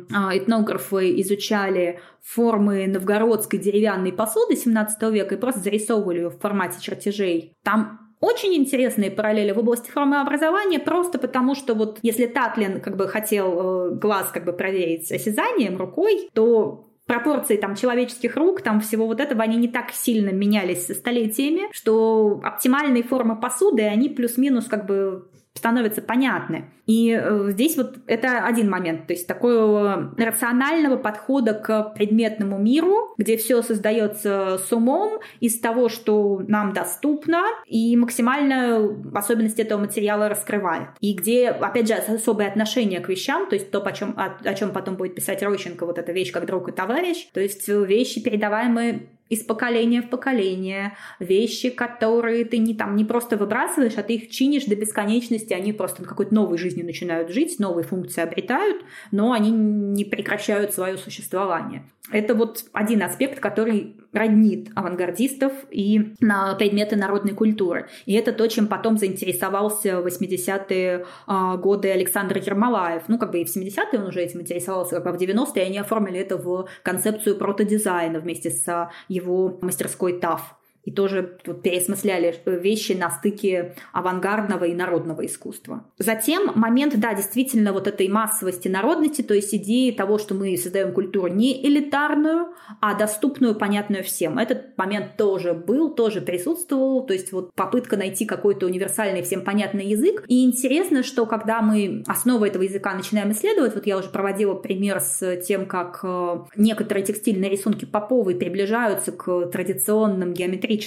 Speaker 2: этнографы изучали формы новгородской деревянной посуды XVII века и просто зарисовывали ее в формате чертежей. Там очень интересные параллели в области формообразования, просто потому что вот если Татлин хотел глаз проверить осязанием, рукой, то пропорции там человеческих рук, там всего вот этого, они не так сильно менялись со столетиями, что оптимальные формы посуды, они плюс-минус становятся понятны. И здесь вот это один момент, то есть такого рационального подхода к предметному миру, где все создается с умом, из того, что нам доступно, и максимально особенности этого материала раскрывает. И где, опять же, особое отношение к вещам, то есть то, о чем потом будет писать Родченко, вот эта вещь как друг и товарищ, то есть вещи, передаваемые из поколения в поколение, вещи, которые ты не просто выбрасываешь, а ты их чинишь до бесконечности, они просто какой-то новой жизнью начинают жить, новые функции обретают, но они не прекращают свое существование. Это вот один аспект, который роднит авангардистов и на предметы народной культуры. И это то, чем потом заинтересовался в 80-е годы Александр Ермолаев. И в 70-е он уже этим интересовался, а в 90-е они оформили это в концепцию протодизайна вместе с его мастерской ТАФ. И тоже тут переосмысляли вещи на стыке авангардного и народного искусства. Затем момент, действительно, вот этой массовости народности, то есть идеи того, что мы создаем культуру не элитарную, а доступную, понятную всем. Этот момент тоже был, тоже присутствовал, то есть вот попытка найти какой-то универсальный, всем понятный язык. И интересно, что когда мы основу этого языка начинаем исследовать, вот я уже проводила пример с тем, как некоторые текстильные рисунки Поповой приближаются к традиционным геометрическим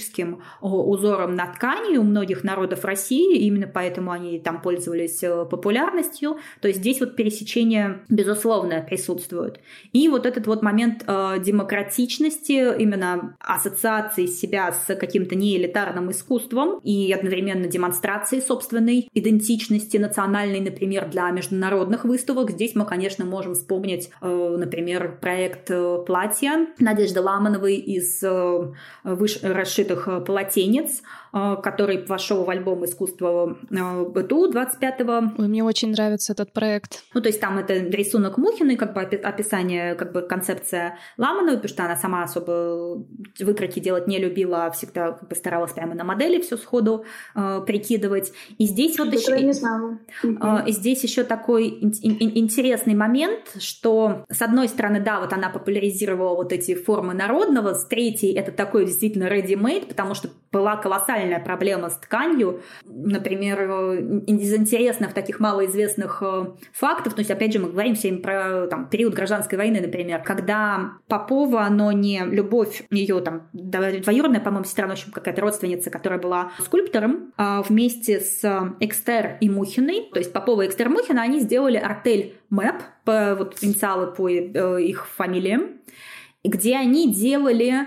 Speaker 2: узором на ткани у многих народов России, именно поэтому они там пользовались популярностью. То есть здесь вот пересечение, безусловно, присутствует. И вот этот вот момент демократичности, именно ассоциации себя с каким-то неэлитарным искусством и одновременно демонстрации собственной идентичности национальной, например, для международных выставок. Здесь мы, конечно, можем вспомнить, например, проект «Платья» Надежды Ламановой из расшитых полотенец, который вошел в альбом «Искусство БТУ» 25-го.
Speaker 1: Ой, мне очень нравится этот проект.
Speaker 2: Ну, то есть там это рисунок Мухиной, как бы описание, как бы концепция Ламановой, потому что она сама особо выкройки делать не любила, а всегда как бы старалась прямо на модели все сходу прикидывать. И здесь вот еще...
Speaker 3: Я не знала.
Speaker 2: И здесь еще такой интересный момент, что с одной стороны, да, вот она популяризировала вот эти формы народного, с третьей это такой действительно ready-made, потому что была колоссальная проблема с тканью. Например, из интересных таких малоизвестных фактов, то есть опять же мы говорим все про там, период гражданской войны, например, когда Попова, но не Любовь, ее там двоюродная, по-моему, сестра, в общем, какая-то родственница, которая была скульптором, вместе с Экстер и Мухиной, то есть Попова и Экстер Мухина, они сделали артель МЭП, вот инициалы по их фамилиям, где они делали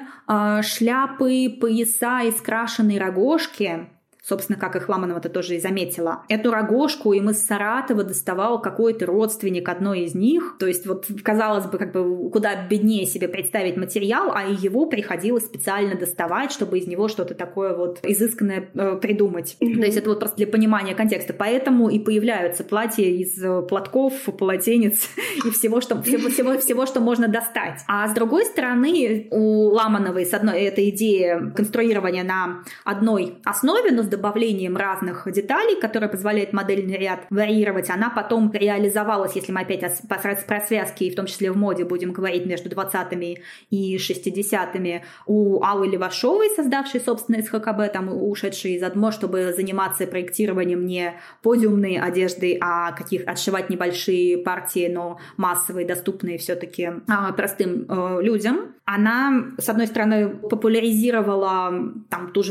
Speaker 2: шляпы, пояса из крашеной рогожки, собственно, как их Ламанова-то тоже и заметила. Эту рогожку им из Саратова доставал какой-то родственник одной из них. То есть вот, казалось бы, как бы куда беднее себе представить материал, а его приходилось специально доставать, чтобы из него что-то такое вот изысканное придумать. То есть это вот просто для понимания контекста. Поэтому и появляются платья из платков, полотенец и всего, что можно достать. А с другой стороны, у Ламановой с одной эта идея конструирования на одной основе, но с добавлением разных деталей, которые позволяют модельный ряд варьировать, она потом реализовалась, если мы опять про связки, и в том числе в моде будем говорить, между 20-ми и 60-ми, у Аллы Левашовой, создавшей собственное СХКБ, там, ушедшей из АДМО, чтобы заниматься проектированием не подиумной одежды, а отшивать небольшие партии, но массовые, доступные все-таки простым людям. Она, с одной стороны, популяризировала там ту же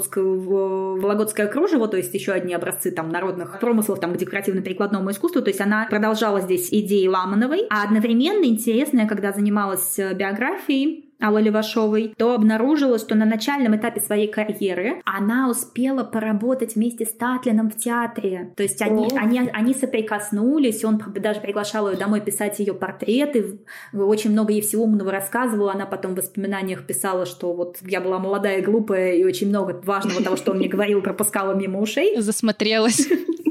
Speaker 2: вологодское кружево, то есть еще одни образцы там народных промыслов там, к декоративно-прикладному искусству, то есть она продолжала здесь идеи Ламановой, а одновременно интересная, когда занималась биографией Аллы Левашовой, то обнаружила, что на начальном этапе своей карьеры она успела поработать вместе с Татлиным в театре. То есть они соприкоснулись, он даже приглашал ее домой писать ее портреты, очень много ей всего умного рассказывала. Она потом в воспоминаниях писала, что вот я была молодая и глупая, и очень много важного того, что он мне говорил, пропускала мимо ушей.
Speaker 1: Засмотрелась.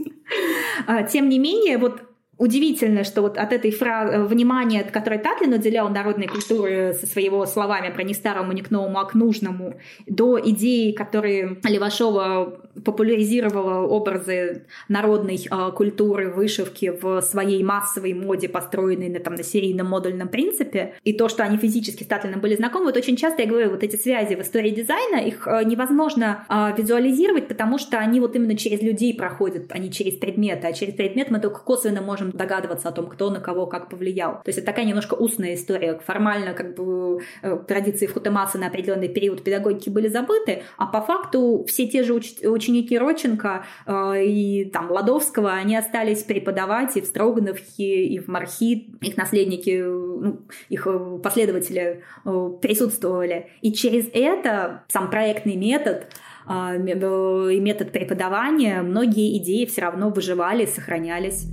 Speaker 2: Тем не менее, вот удивительно, что вот от этой внимания, которое Татлин уделял народной культуре со своего словами про не старому, не к новому, а к нужному, до идеи, которые Левашова популяризировала образы народной культуры, вышивки в своей массовой моде, построенной на серийном модульном принципе, и то, что они физически с Татлиным были знакомы, вот очень часто я говорю, вот эти связи в истории дизайна, их невозможно визуализировать, потому что они вот именно через людей проходят, а не через предметы, а через предмет мы только косвенно можем догадываться о том, кто на кого как повлиял. То есть это такая немножко устная история. Формально как бы традиции Хутемаса на определенный период педагогики были забыты, а по факту все те же ученики Родченко и там Ладовского, они остались преподавать и в Строгановке, и в Мархи. Их наследники, их последователи присутствовали. И через это сам проектный метод и метод преподавания, многие идеи все равно выживали, сохранялись.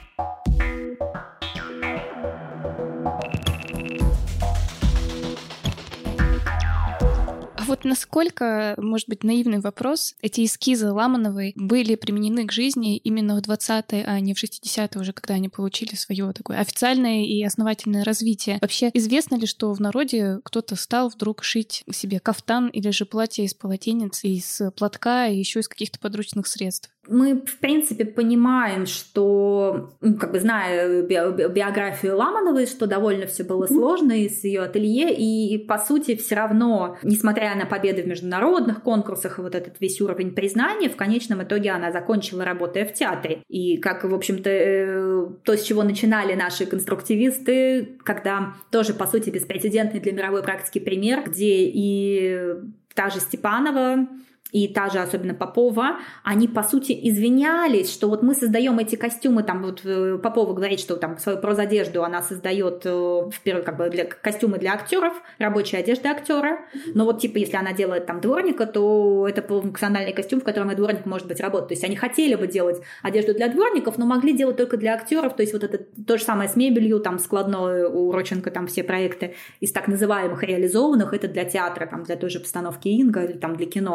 Speaker 1: Вот насколько, может быть, наивный вопрос, эти эскизы Ламановой были применены к жизни именно в 20-е, а не в 60-е уже, когда они получили свое такое официальное и основательное развитие. Вообще, известно ли, что в народе кто-то стал вдруг шить себе кафтан или же платье из полотенец, из платка и еще из каких-то подручных средств?
Speaker 2: Мы, в принципе, понимаем, что, зная биографию Ламановой, что довольно все было сложно с ее ателье, и, по сути, все равно, несмотря на победы в международных конкурсах и вот этот весь уровень признания, в конечном итоге она закончила, работая в театре. И как, в общем-то, то, с чего начинали наши конструктивисты, когда тоже, по сути, беспрецедентный для мировой практики пример, где и та же Степанова, и та же, особенно Попова, они, по сути, извинялись, что вот мы создаем эти костюмы, там вот Попова говорит, что там свою прозодежду она создает костюмы для актеров, рабочая одежда актера, но вот типа если она делает там дворника, то это полуфункциональный костюм, в котором и дворник может быть работать. То есть они хотели бы делать одежду для дворников, но могли делать только для актеров, то есть вот это то же самое с мебелью, там складное у Родченко, там все проекты из так называемых реализованных, это для театра, там для той же постановки Инга или там для кино. То есть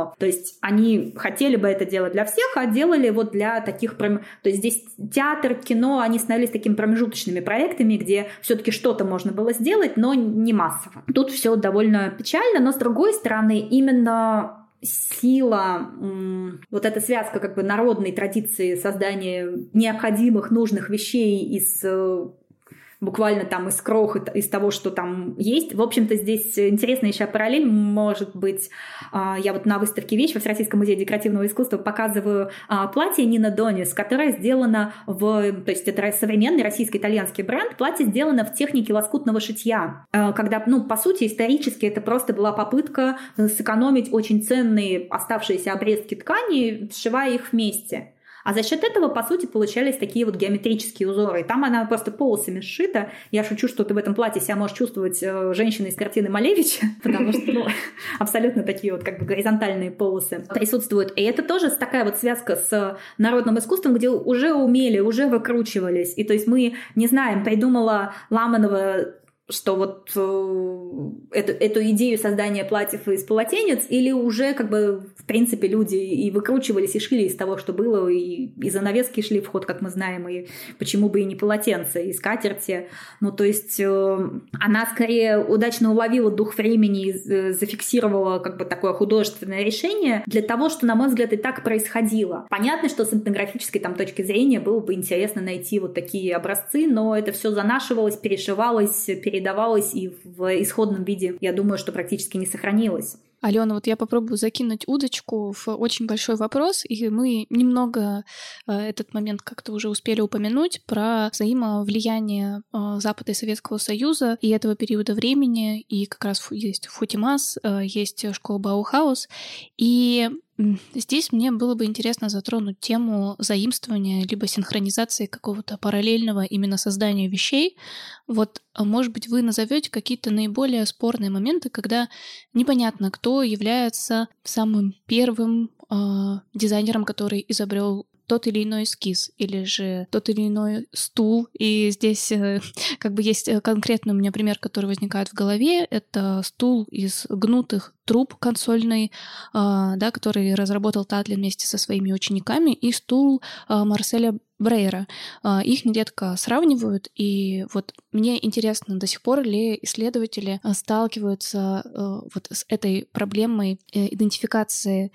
Speaker 2: есть они хотели бы это делать для всех, а делали вот для таких... То есть здесь театр, кино, они становились такими промежуточными проектами, где все-таки что-то можно было сделать, но не массово. Тут все довольно печально, но с другой стороны, именно сила, вот эта связка как бы народной традиции создания необходимых, нужных вещей из буквально там из крох, из того, что там есть. В общем-то, здесь интересная еще параллель может быть. Я вот на выставке «Вещь» в Всероссийском музее декоративного искусства показываю платье Нина Донис, которое сделано то есть это современный российско-итальянский бренд, платье сделано в технике лоскутного шитья. Когда, по сути, исторически это просто была попытка сэкономить очень ценные оставшиеся обрезки ткани, сшивая их вместе. А за счет этого, по сути, получались такие вот геометрические узоры. И там она просто полосами сшита. Я шучу, что ты в этом платье себя можешь чувствовать женщиной из картины Малевича, потому что абсолютно такие вот как бы горизонтальные полосы присутствуют. И это тоже такая вот связка с народным искусством, где уже умели, уже выкручивались. И то есть мы не знаем, придумала Ламанова, что вот эту идею создания платьев из полотенец, или уже как бы в принципе люди и выкручивались, и шили из того, что было, и занавески шли в ход, как мы знаем, и почему бы и не полотенце, и скатерти. То есть она скорее удачно уловила дух времени и зафиксировала как бы такое художественное решение для того, что, на мой взгляд, и так происходило. Понятно, что с этнографической точки зрения было бы интересно найти вот такие образцы, но это все занашивалось, перешивалось, передавалось, и в исходном виде, я думаю, что практически не сохранилось.
Speaker 1: Алена, вот я попробую закинуть удочку в очень большой вопрос, и мы немного этот момент как-то уже успели упомянуть про взаимовлияние Запада и Советского Союза и этого периода времени, и как раз есть Футимас, есть школа Баухаус, и здесь мне было бы интересно затронуть тему заимствования либо синхронизации какого-то параллельного именно создания вещей. Вот, может быть, вы назовете какие-то наиболее спорные моменты, когда непонятно, кто является самым первым дизайнером, который изобрел тот или иной эскиз, или же тот или иной стул. И здесь как бы есть конкретный у меня пример, который возникает в голове. Это стул из гнутых труб консольный, который разработал Татлин вместе со своими учениками, и стул Марселя Брейера. Их нередко сравнивают, и вот мне интересно, до сих пор ли исследователи сталкиваются вот с этой проблемой идентификации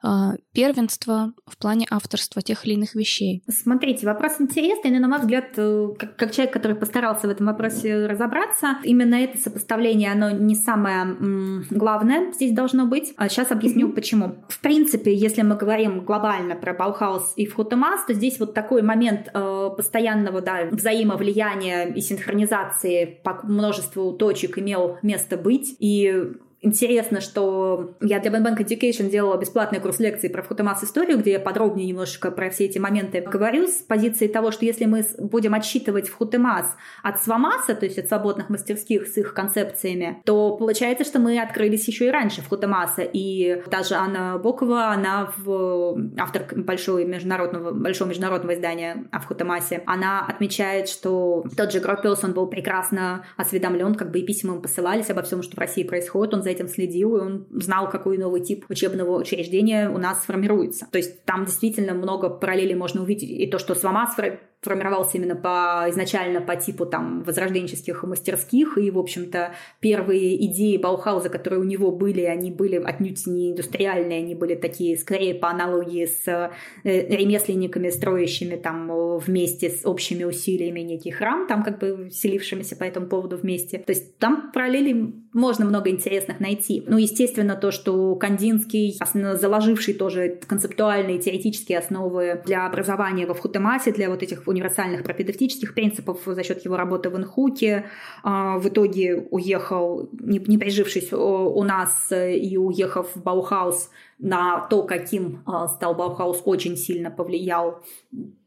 Speaker 1: первенства в плане авторства тех или иных вещей.
Speaker 2: Смотрите, вопрос интересный, но, на мой взгляд, как человек, который постарался в этом вопросе разобраться, именно это сопоставление, оно не самое главное здесь должно быть. Сейчас объясню, почему. В принципе, если мы говорим глобально про Баухаус и Футимас, то здесь вот такой момент постоянного взаимовлияния и синхронизации по множеству точек имел место быть. И интересно, что я для Bank Education делала бесплатный курс лекций про Футимас историю, где я подробнее немножечко про все эти моменты говорю с позиции того, что если мы будем отсчитывать Футимас от Свамаса, то есть от свободных мастерских с их концепциями, то получается, что мы открылись еще и раньше Футимаса. И даже Анна Бокова, она автор большого международного издания о Футимасе, она отмечает, что тот же Гропиус, он был прекрасно осведомлен, как бы и письма ему посылались обо всем, что в России происходит, он за этим следил, и он знал, какой новый тип учебного учреждения у нас формируется. То есть там действительно много параллелей можно увидеть. И то, что Свамас формировался именно изначально по типу возрожденческих мастерских, и, в общем-то, первые идеи Баухауза, которые у него были, они были отнюдь не индустриальные, они были такие, скорее, по аналогии с ремесленниками, строящими вместе с общими усилиями некий храм, как бы селившимися по этому поводу вместе. То есть там параллелей можно много интересных найти. Естественно, то, что Кандинский, заложивший тоже концептуальные, теоретические основы для образования во Футимасе, для вот этих универсальных пропедевтических принципов за счет его работы в Инхуке, в итоге уехал, не прижившись у нас и уехав в Баухаус, на то, каким стал Баухаус, очень сильно повлиял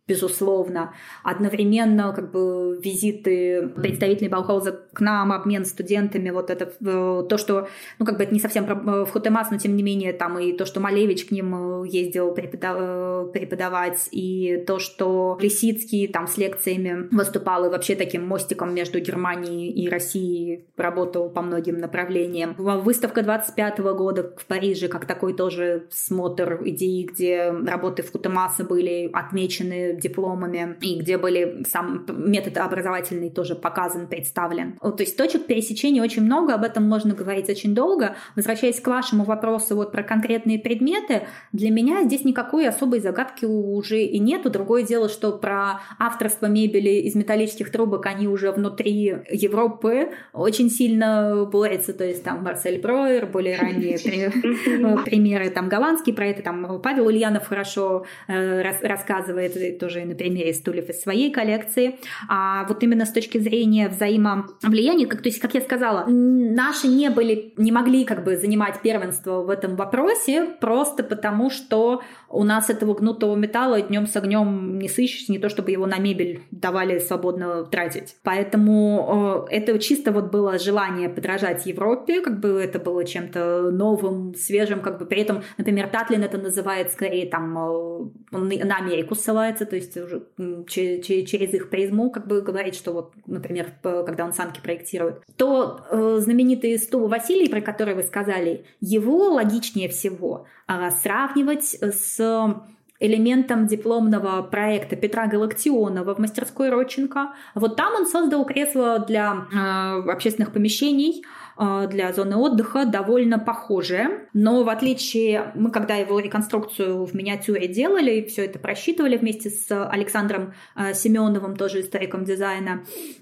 Speaker 2: безусловно. Одновременно как бы визиты представителей Баухауза к нам, обмен студентами, вот это то, что, ну как бы это не совсем в Хутемас, но тем не менее там и то, что Малевич к ним ездил преподавать, и то, что Лисицкий там с лекциями выступал и вообще таким мостиком между Германией и Россией работал по многим направлениям. Выставка 25 года в Париже, как такой тоже смотр идеи, где работы в Хутемаса были отмечены дипломами, и где были сам метод образовательный тоже показан, представлен. То есть точек пересечения очень много, об этом можно говорить очень долго. Возвращаясь к вашему вопросу вот про конкретные предметы, для меня здесь никакой особой загадки уже и нету. Другое дело, что про авторство мебели из металлических трубок они уже внутри Европы очень сильно борются, то есть там Марсель Броер, более ранние примеры, там голландские проекты, там Павел Ульянов хорошо рассказывает тоже на примере стульев из своей коллекции. А вот именно с точки зрения взаимовлияния, то есть, как я сказала, наши не могли как бы занимать первенство в этом вопросе просто потому, что у нас этого гнутого металла днем с огнем не сыщешь, не то чтобы его на мебель давали свободно тратить. Поэтому это чисто вот было желание подражать Европе, как бы это было чем-то новым, свежим, как бы при этом, например, Татлин это называет скорее там, он на Америку ссылается, то есть уже через их призму как бы говорит, что вот, например, когда он санки проектирует. То знаменитый стул Василий, про который вы сказали, его логичнее всего сравнивать с элементом дипломного проекта Петра Галактионова в мастерской Родченко. Вот там он создал кресло для общественных помещений, для зоны отдыха довольно похожее, но в отличие, мы когда его реконструкцию в миниатюре делали, все это просчитывали вместе с Александром Семеновым, тоже историком дизайна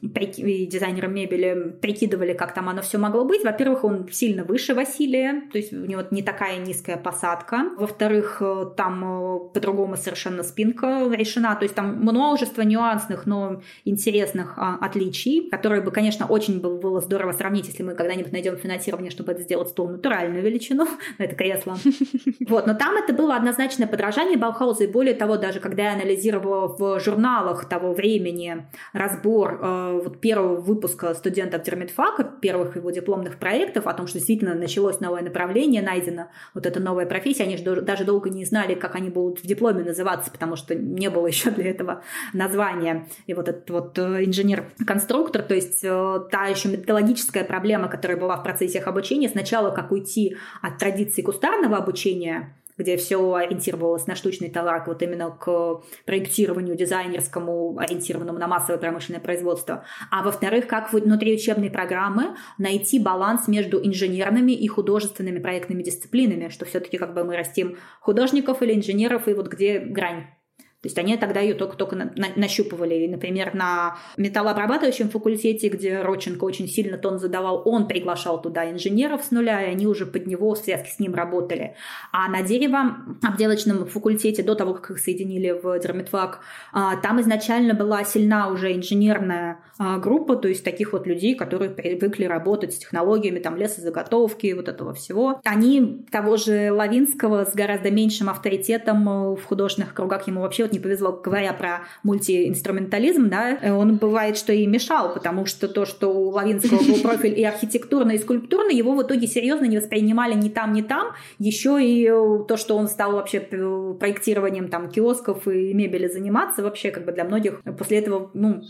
Speaker 2: и дизайнером мебели, прикидывали, как там оно все могло быть. Во-первых, он сильно выше Василия, то есть у него не такая низкая посадка. Во-вторых, там по-другому совершенно спинка решена, то есть там множество нюансных, но интересных отличий, которые бы, конечно, очень было здорово сравнить, если мы когда-нибудь найдем финансирование, чтобы это сделать стол натуральную величину, это кресло. Вот, но там это было однозначное подражание Баухауза, и более того, даже когда я анализировала в журналах того времени разбор вот первого выпуска студентов Дермитфака, первых его дипломных проектов, о том, что действительно началось новое направление, найдена вот эта новая профессия, они же даже долго не знали, как они будут в дипломе называться, потому что не было еще для этого названия. И вот этот вот инженер-конструктор, то есть та еще методологическая проблема, которая была в процессе их обучения, сначала как уйти от традиции кустарного обучения, где все ориентировалось на штучный талант, вот именно к проектированию дизайнерскому, ориентированному на массовое промышленное производство. А во-вторых, как внутри учебной программы найти баланс между инженерными и художественными проектными дисциплинами, что все-таки как бы мы растим художников или инженеров, и вот где грань. То есть они тогда ее только нащупывали. Например, на металлообрабатывающем факультете, где Родченко очень сильно тон задавал, он приглашал туда инженеров с нуля, и они уже под него в связке с ним работали. А на деревообделочном факультете, до того, как их соединили в Дермитфак, там изначально была сильна уже инженерная группа, то есть таких вот людей, которые привыкли работать с технологиями там, лесозаготовки, вот этого всего. Они того же Лавинского с гораздо меньшим авторитетом в художественных кругах, ему вообще не повезло, говоря про мультиинструментализм, да, он бывает, что и мешал, потому что то, что у Лавинского был профиль и архитектурный, и скульптурный, его в итоге серьезно не воспринимали ни там, еще и то, что он стал вообще проектированием там киосков и мебели заниматься, вообще как бы для многих после этого,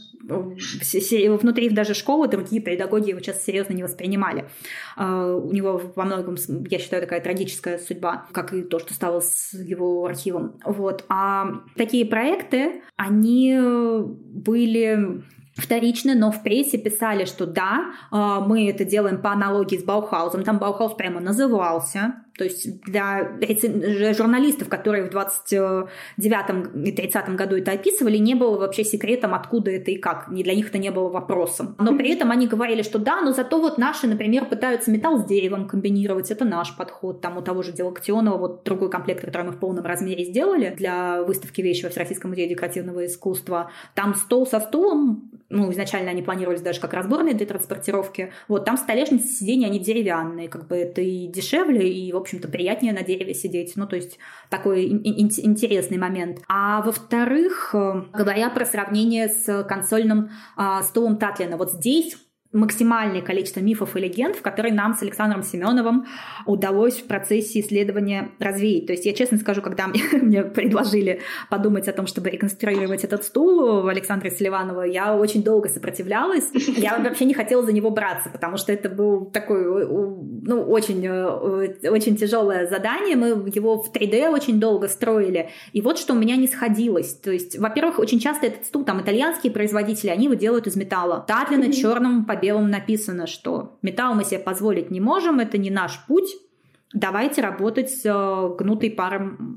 Speaker 2: внутри даже школы другие педагоги его сейчас серьезно не воспринимали. У него во многом, я считаю, такая трагическая судьба, как и то, что стало с его архивом. Вот. А такие проекты, они были вторичны, но в прессе писали, что да, мы это делаем по аналогии с Баухаузом. Там Баухауз прямо назывался. То есть для журналистов, которые в 29-м и 30-м году это описывали, не было вообще секретом, откуда это и как. Для них это не было вопросом. Но при этом они говорили, что да, но зато вот наши, например, пытаются металл с деревом комбинировать. Это наш подход. Там у того же Галактионова вот другой комплект, который мы в полном размере сделали для выставки вещи в Всероссийском музее декоративного искусства. Там стол со стулом, изначально они планировались даже как разборные для транспортировки. Вот, там столешницы, сиденья, они деревянные. Как бы это и дешевле, и, в общем-то, приятнее на дереве сидеть. Ну, то есть такой интересный момент. А во-вторых, говоря про сравнение с консольным стулом Татлина, вот здесь максимальное количество мифов и легенд, в которые нам с Александром Семеновым удалось в процессе исследования развеять. То есть я честно скажу, когда мне предложили подумать о том, чтобы реконструировать этот стул в Александре Селиванова, я очень долго сопротивлялась. Я вообще не хотела за него браться, потому что это был такой, ну, очень тяжелое задание. Мы его в 3D очень долго строили. И вот что у меня не сходилось. То есть, во-первых, очень часто этот стул, там, итальянские производители, они его делают из металла. Татлина черным по белому написано, что металл мы себе позволить не можем, это не наш путь. Давайте работать с гнутым паром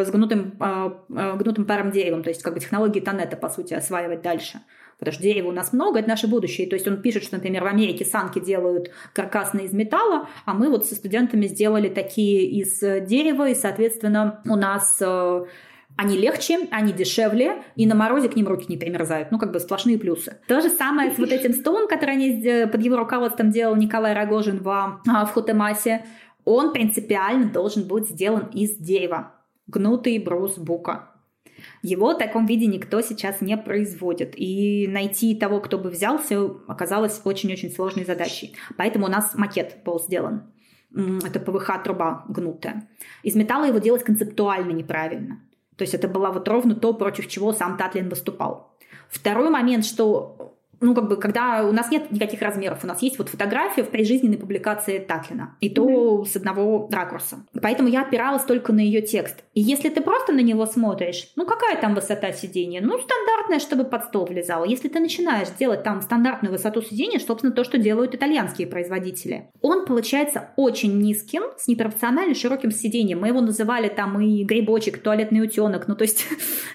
Speaker 2: деревом, то есть как бы технологии Тоннета, по сути, осваивать дальше. Потому что дерева у нас много, это наше будущее. То есть он пишет, что, например, в Америке санки делают каркасные из металла, а мы вот со студентами сделали такие из дерева, и, соответственно, у нас... Они легче, они дешевле, и на морозе к ним руки не примерзают. Ну, как бы сплошные плюсы. То же самое с вот этим стулом, который они под его руководством делал Николай Рогожин в Хутемасе. Он принципиально должен быть сделан из дерева. Гнутый брус бука. Его в таком виде никто сейчас не производит. И найти того, кто бы взялся, оказалось очень-очень сложной задачей. Поэтому у нас макет был сделан. Это ПВХ-труба гнутая. Из металла его делать концептуально неправильно. То есть это было вот ровно то, против чего сам Татлин выступал. Второй момент, что, ну, как бы, когда у нас нет никаких размеров, у нас есть вот фотография в прижизненной публикации Татлина, и то с одного ракурса. Поэтому я опиралась только на ее текст. И если ты просто на него смотришь, ну, какая там высота сидения? Ну, стандартная, чтобы под стол влезала. Если ты начинаешь делать там стандартную высоту сидения, собственно, то, что делают итальянские производители, он получается очень низким, с непропорционально широким сидением. Мы его называли там и грибочек, туалетный утенок, ну, то есть...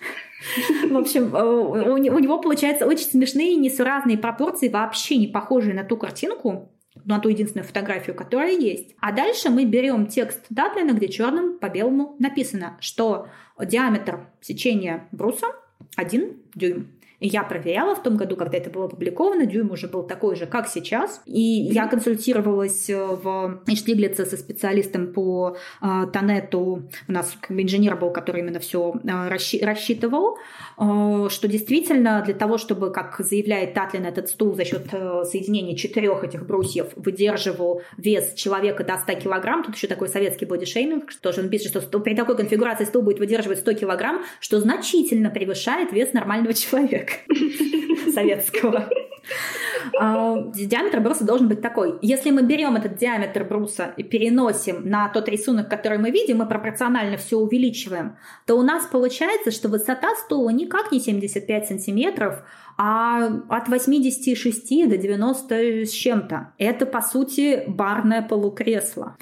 Speaker 2: В общем, у него получаются очень смешные, несуразные пропорции, вообще не похожие на ту картинку, на ту единственную фотографию, которая есть. А дальше мы берем текст Татлина, где черным по белому написано, что диаметр сечения бруса 1 дюйм. И я проверяла в том году, когда это было опубликовано, дюйм уже был такой же, как сейчас. И я консультировалась в Штиглице со специалистом по Тоннету. У нас инженер был, который именно все рассчитывал, что действительно для того, чтобы, как заявляет Татлин, этот стул за счет соединения 4 этих брусьев выдерживал вес человека до 100 килограмм, тут еще такой советский бодишейминг, что он пишет, что при такой конфигурации стул будет выдерживать 100 килограмм, что значительно превышает вес нормального человека. Советского. Диаметр бруса должен быть такой. Если мы берем этот диаметр бруса и переносим на тот рисунок, который мы видим, мы пропорционально все увеличиваем, то у нас получается, что высота стула никак не 75 сантиметров, а от 86 до 90 с чем-то. Это, по сути, барное полукресло.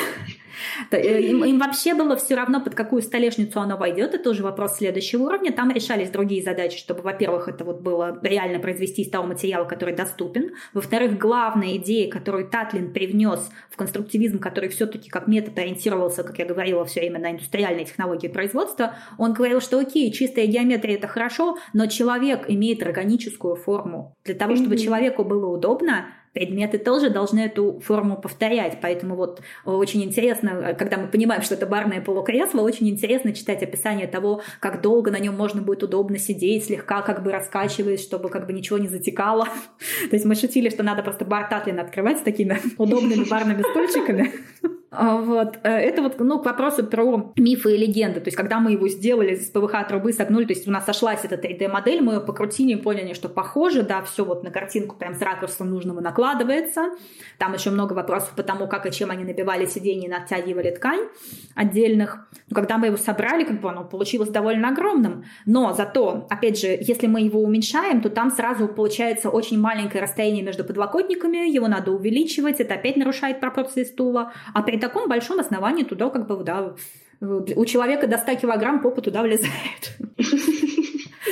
Speaker 2: Им вообще было все равно, под какую столешницу оно войдет. Это тоже вопрос следующего уровня. Там решались другие задачи, чтобы, во-первых, это вот было реально произвести из того материала, который доступен. Во-вторых, главная идея, которую Татлин привнес в конструктивизм, который все-таки как метод ориентировался, как я говорила, все время на индустриальные технологии производства, он говорил, что окей, чистая геометрия — это хорошо, но человек имеет органическую форму. Для того, чтобы человеку было удобно, предметы тоже должны эту форму повторять. Поэтому вот очень интересно, когда мы понимаем, что это барное полукресло, очень интересно читать описание того, как долго на нем можно будет удобно сидеть, слегка как бы раскачиваясь, чтобы как бы ничего не затекало. То есть мы шутили, что надо просто бар Татлина открывать с такими удобными барными стульчиками. Вот. Это вот, ну, к вопросу про мифы и легенды. То есть, когда мы его сделали с ПВХ-трубы, согнули, то есть у нас сошлась эта 3D-модель, мы ее покрутили и поняли, что похоже, да, все вот на картинку прям с ракурсом нужного накладывается. Там еще много вопросов по тому, как и чем они набивали сиденья и натягивали ткань отдельных. Но когда мы его собрали, как бы оно получилось довольно огромным. Но зато, опять же, если мы его уменьшаем, то там сразу получается очень маленькое расстояние между подлокотниками, его надо увеличивать, это опять нарушает пропорции стула. А при таком большом основании туда как бы, да, у человека до 100 килограмм попа туда влезает.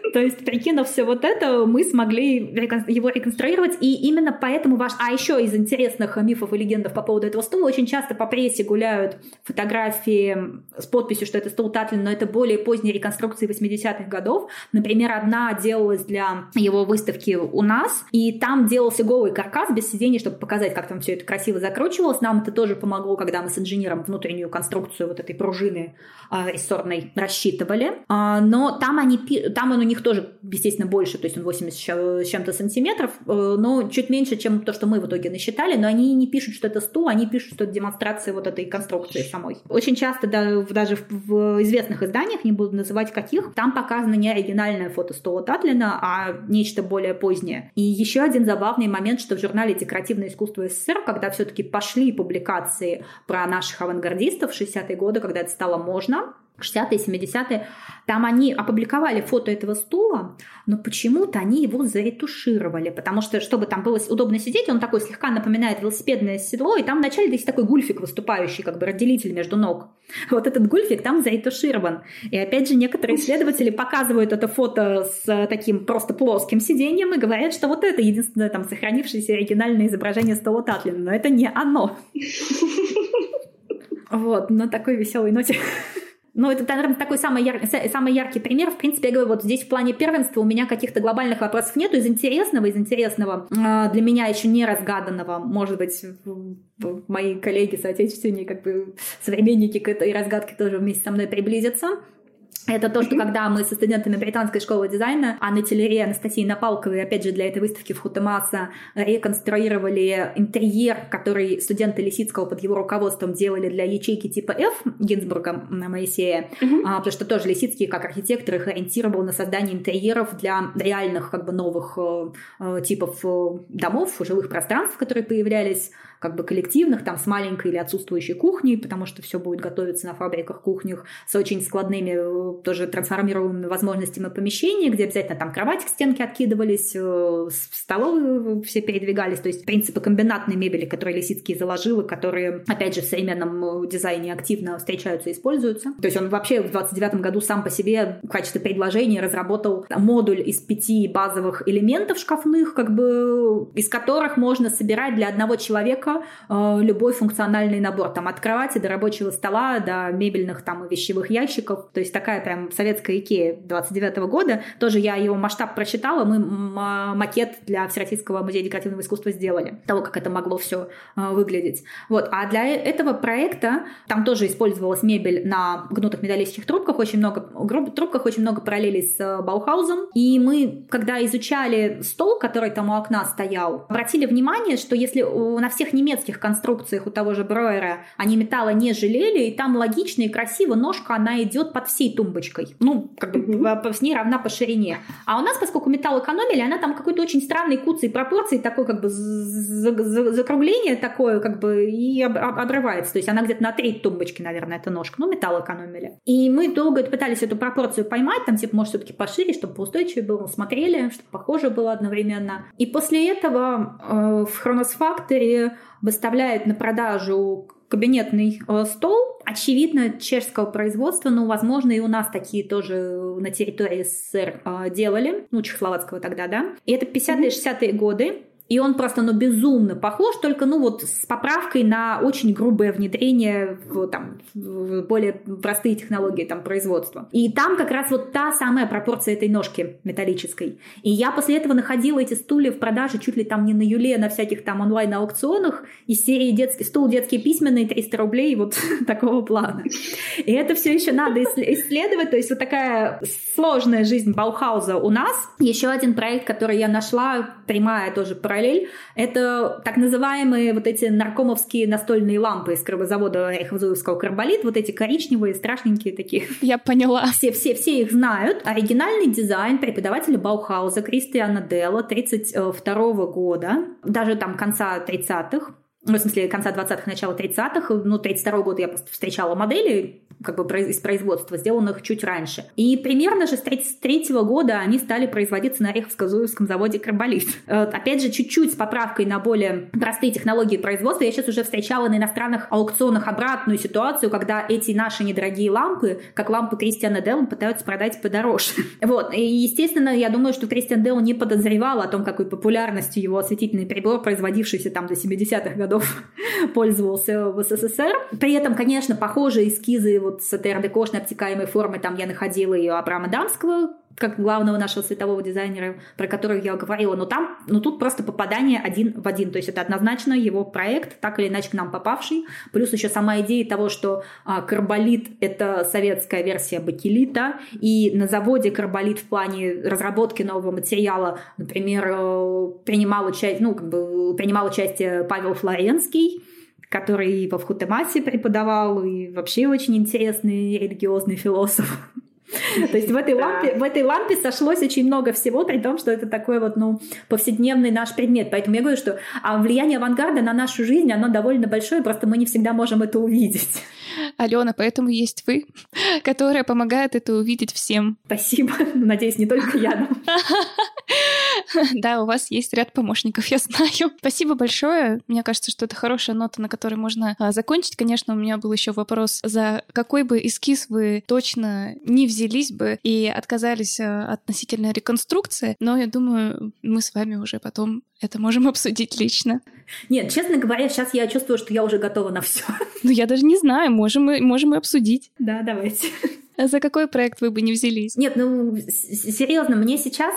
Speaker 2: То есть, прикинув все вот это, мы смогли его реконструировать, и именно поэтому А еще из интересных мифов и легендов по поводу этого стула, очень часто по прессе гуляют фотографии с подписью, что это стул Татлин, но это более поздние реконструкции 80-х годов. Например, одна делалась для его выставки у нас, и там делался голый каркас без сидений, чтобы показать, как там все это красиво закручивалось. Нам это тоже помогло, когда мы с инженером внутреннюю конструкцию вот этой пружины рессорной рассчитывали. Но там он у них тоже, естественно, больше, то есть он 80 с чем-то сантиметров, но чуть меньше, чем то, что мы в итоге насчитали, но они не пишут, что это стул, они пишут, что это демонстрация вот этой конструкции самой. Очень часто, даже в известных изданиях, не буду называть каких, там показано не оригинальное фото стула Татлина, а нечто более позднее. И еще один забавный момент, что в журнале «Декоративное искусство СССР», когда все-таки пошли публикации про наших авангардистов в 60-е годы, когда это стало можно, 60-е, 70-е, там они опубликовали фото этого стула, но почему-то они его заретушировали, потому что, чтобы там было удобно сидеть, он такой слегка напоминает велосипедное седло, и там вначале есть такой гульфик выступающий, как бы разделитель между ног. Вот этот гульфик там заретуширован. И опять же, некоторые исследователи показывают это фото с таким просто плоским сиденьем и говорят, что вот это единственное там сохранившееся оригинальное изображение стула Татлина, но это не оно. Вот, на такой веселой ноте. Ну, это, наверное, такой самый яркий пример. В принципе, я говорю, вот здесь в плане первенства у меня каких-то глобальных вопросов нету. Из интересного для меня еще не разгаданного, может быть, мои коллеги, соотечественники, как бы современники к этой разгадке тоже вместе со мной приблизятся. Это то, что когда мы со студентами британской школы дизайна Анной Теллери и Анастасией Напалковой, опять же, для этой выставки в Хутемаса реконструировали интерьер, который студенты Лисицкого под его руководством делали для ячейки типа F Гинзбурга Моисея, потому что тоже Лисицкий, как архитектор, их ориентировал на создание интерьеров для реальных как бы новых типов домов, жилых пространств, которые появлялись, как бы коллективных, там с маленькой или отсутствующей кухней, потому что все будет готовиться на фабриках, кухнях с очень складными, тоже трансформируемыми возможностями помещения, где обязательно там кровати к стенке откидывались, столовые все передвигались, то есть принципы комбинатной мебели, которые Лисицкий заложил, и которые, опять же, в современном дизайне активно встречаются и используются. То есть он вообще в 29 году сам по себе в качестве предложения разработал модуль из 5 базовых элементов шкафных, как бы, из которых можно собирать для одного человека любой функциональный набор, там, от кровати до рабочего стола, до мебельных там и вещевых ящиков. То есть такая прям советская Икея 29-го года. Тоже я его масштаб прочитала, мы макет для Всероссийского музея декоративного искусства сделали, того, как это могло все выглядеть. Вот. А для этого проекта там тоже использовалась мебель на гнутых металлических трубках, очень много параллелей с Баухаузом. И мы, когда изучали стол, который там у окна стоял, обратили внимание, что если на всех немецких конструкциях у того же Броера они металла не жалели, и там логично и красиво ножка, она идет под всей тумбочкой. Ну, как бы с ней равна по ширине. А у нас, поскольку металл экономили, она там какой-то очень странной куцей пропорции, такой как бы закругление такое, как бы, и обрывается. То есть она где-то на треть тумбочки, наверное, эта ножка. Ну, металл экономили. И мы долго пытались эту пропорцию поймать, там, типа, может, все-таки пошире, чтобы поустойчивее было, смотрели, чтобы похоже было одновременно. И после этого в Хронос Factory выставляет на продажу кабинетный стол, очевидно, чешского производства, но, возможно, и у нас такие тоже на территории СССР делали, ну, чехословацкого тогда, да. И это 50-е, 60-е годы. И он просто, безумно похож, только, вот с поправкой на очень грубое внедрение в более простые технологии там, производства. И там как раз вот та самая пропорция этой ножки металлической. И я после этого находила эти стулья в продаже чуть ли там не на Юле, на всяких там онлайн-аукционах из серии стул детский письменный, 300 рублей, вот такого плана. И это все еще надо исследовать. То есть вот такая сложная жизнь Баухауза у нас. Еще один проект, который я нашла, прямая тоже параллель, это так называемые вот эти наркомовские настольные лампы из завода Рейхвазуевского «Карболит», вот эти коричневые, страшненькие такие.
Speaker 1: Я поняла.
Speaker 2: Все их знают. Оригинальный дизайн преподавателя Баухауза Кристиана Делла 1932 года, даже там конца 30-х, в смысле, конца 20-х, начала 30-х, 32 года я просто встречала модели, как бы из производства, сделанных чуть раньше. И примерно же с 1933 года они стали производиться на Ореховско-Зуевском заводе «Карболит». Опять же, чуть-чуть с поправкой на более простые технологии производства. Я сейчас уже встречала на иностранных аукционах обратную ситуацию, когда эти наши недорогие лампы, как лампы Кристиана Диора, пытаются продать подороже. Вот. И, естественно, я думаю, что Кристиан Диор не подозревал о том, какой популярностью его осветительный прибор, производившийся там до 70-х годов, пользовался в СССР. При этом, конечно, похожие эскизы вот с этой РДКшной обтекаемой формой там я находила и у Абрама Дамского, как главного нашего светового дизайнера, про которого я говорила. Но тут просто попадание один в один. То есть это однозначно его проект, так или иначе к нам попавший. Плюс еще сама идея того, что карболит — это советская версия бакелита. И на заводе карболит в плане разработки нового материала, например, принимал участие Павел Флоренский, который и во Вхутемасе преподавал, и вообще очень интересный религиозный философ. То есть в этой лампе сошлось очень много всего, при том, что это такой вот, повседневный наш предмет. Поэтому я говорю, что влияние авангарда на нашу жизнь, оно довольно большое, просто мы не всегда можем это увидеть.
Speaker 1: Алена, поэтому есть вы, которая помогает это увидеть всем.
Speaker 2: Спасибо. Надеюсь, не только я.
Speaker 1: Да, у вас есть ряд помощников, я знаю. Спасибо большое. Мне кажется, что это хорошая нота, на которой можно закончить. Конечно, у меня был еще вопрос, за какой бы эскиз вы точно не взялись бы и отказались относительно реконструкции, но я думаю, мы с вами уже потом это можем обсудить лично.
Speaker 2: Нет, честно говоря, сейчас я чувствую, что я уже готова на все.
Speaker 1: Ну, я даже не знаю, можем и обсудить.
Speaker 2: Да, давайте.
Speaker 1: А за какой проект вы бы не взялись?
Speaker 2: Нет, серьезно, мне сейчас,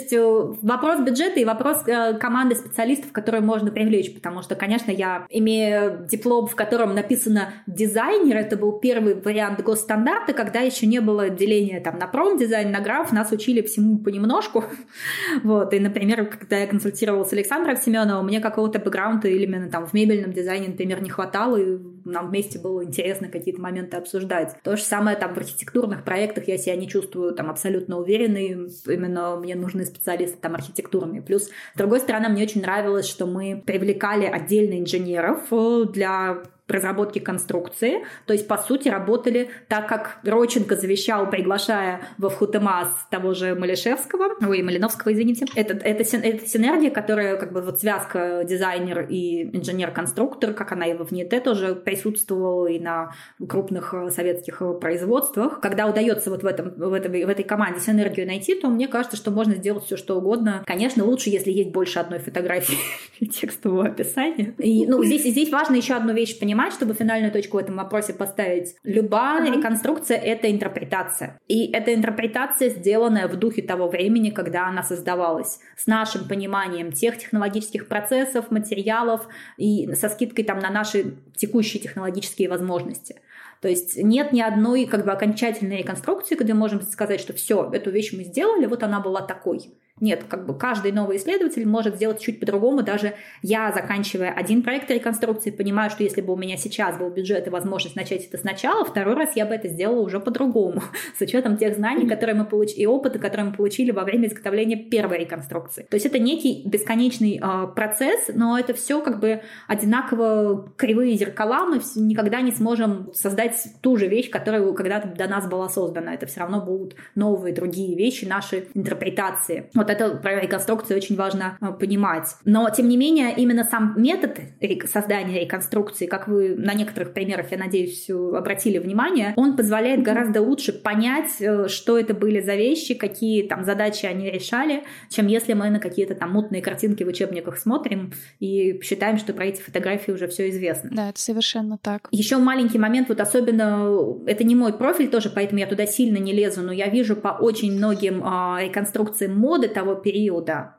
Speaker 2: вопрос бюджета и вопрос команды специалистов, которые можно привлечь, потому что, конечно, я имею диплом, в котором написано дизайнер, это был первый вариант госстандарта, когда еще не было деления там на промдизайн, на граф, нас учили всему понемножку. Вот, и, например, когда я консультировалась с Александром Семеновым, мне какого-то бэкграунда именно там в мебельном дизайне, например, не хватало, и нам вместе было интересно какие-то моменты обсуждать. То же самое там в архитектурных проектах я себя не чувствую там абсолютно уверенной, именно мне нужны специалисты там архитектурные. Плюс, с другой стороны, мне очень нравилось, что мы привлекали отдельно инженеров для разработки конструкции, то есть, по сути, работали так, как Родченко завещал, приглашая во Вхутемас того же Малиновского, извините. Это синергия, которая как бы вот связка дизайнер и инженер-конструктор, как она и во ВНИТ тоже присутствовала и на крупных советских производствах. Когда удается вот в этой команде синергию найти, то мне кажется, что можно сделать все что угодно. Конечно, лучше, если есть больше одной фотографии и текстового описания. И здесь важно еще одну вещь понимать, чтобы финальную точку в этом вопросе поставить. Любая реконструкция — это интерпретация. И эта интерпретация, сделанная в духе того времени, когда она создавалась, с нашим пониманием тех технологических процессов, материалов и со скидкой там на наши текущие технологические возможности. То есть нет ни одной как бы окончательной реконструкции, где можем сказать, что все, эту вещь мы сделали, вот она была такой. Нет, как бы каждый новый исследователь может сделать чуть по-другому. Даже я, заканчивая один проект реконструкции, понимаю, что если бы у меня сейчас был бюджет и возможность начать это сначала, второй раз я бы это сделала уже по-другому, с учетом тех знаний, которые мы получили, и опыта, который мы получили во время изготовления первой реконструкции. То есть это некий бесконечный процесс, но это все как бы одинаково кривые зеркала. Мы никогда не сможем создать ту же вещь, которая когда-то до нас была создана. Это все равно будут новые, другие вещи, наши интерпретации. Вот это про реконструкцию очень важно понимать. Но, тем не менее, именно сам метод создания реконструкции, как вы на некоторых примерах, я надеюсь, обратили внимание, он позволяет гораздо лучше понять, что это были за вещи, какие там задачи они решали, чем если мы на какие-то там мутные картинки в учебниках смотрим и считаем, что про эти фотографии уже все известно.
Speaker 1: Да, это совершенно так.
Speaker 2: Еще маленький момент, вот особенно, это не мой профиль тоже, поэтому я туда сильно не лезу, но я вижу по очень многим реконструкциям моды того периода,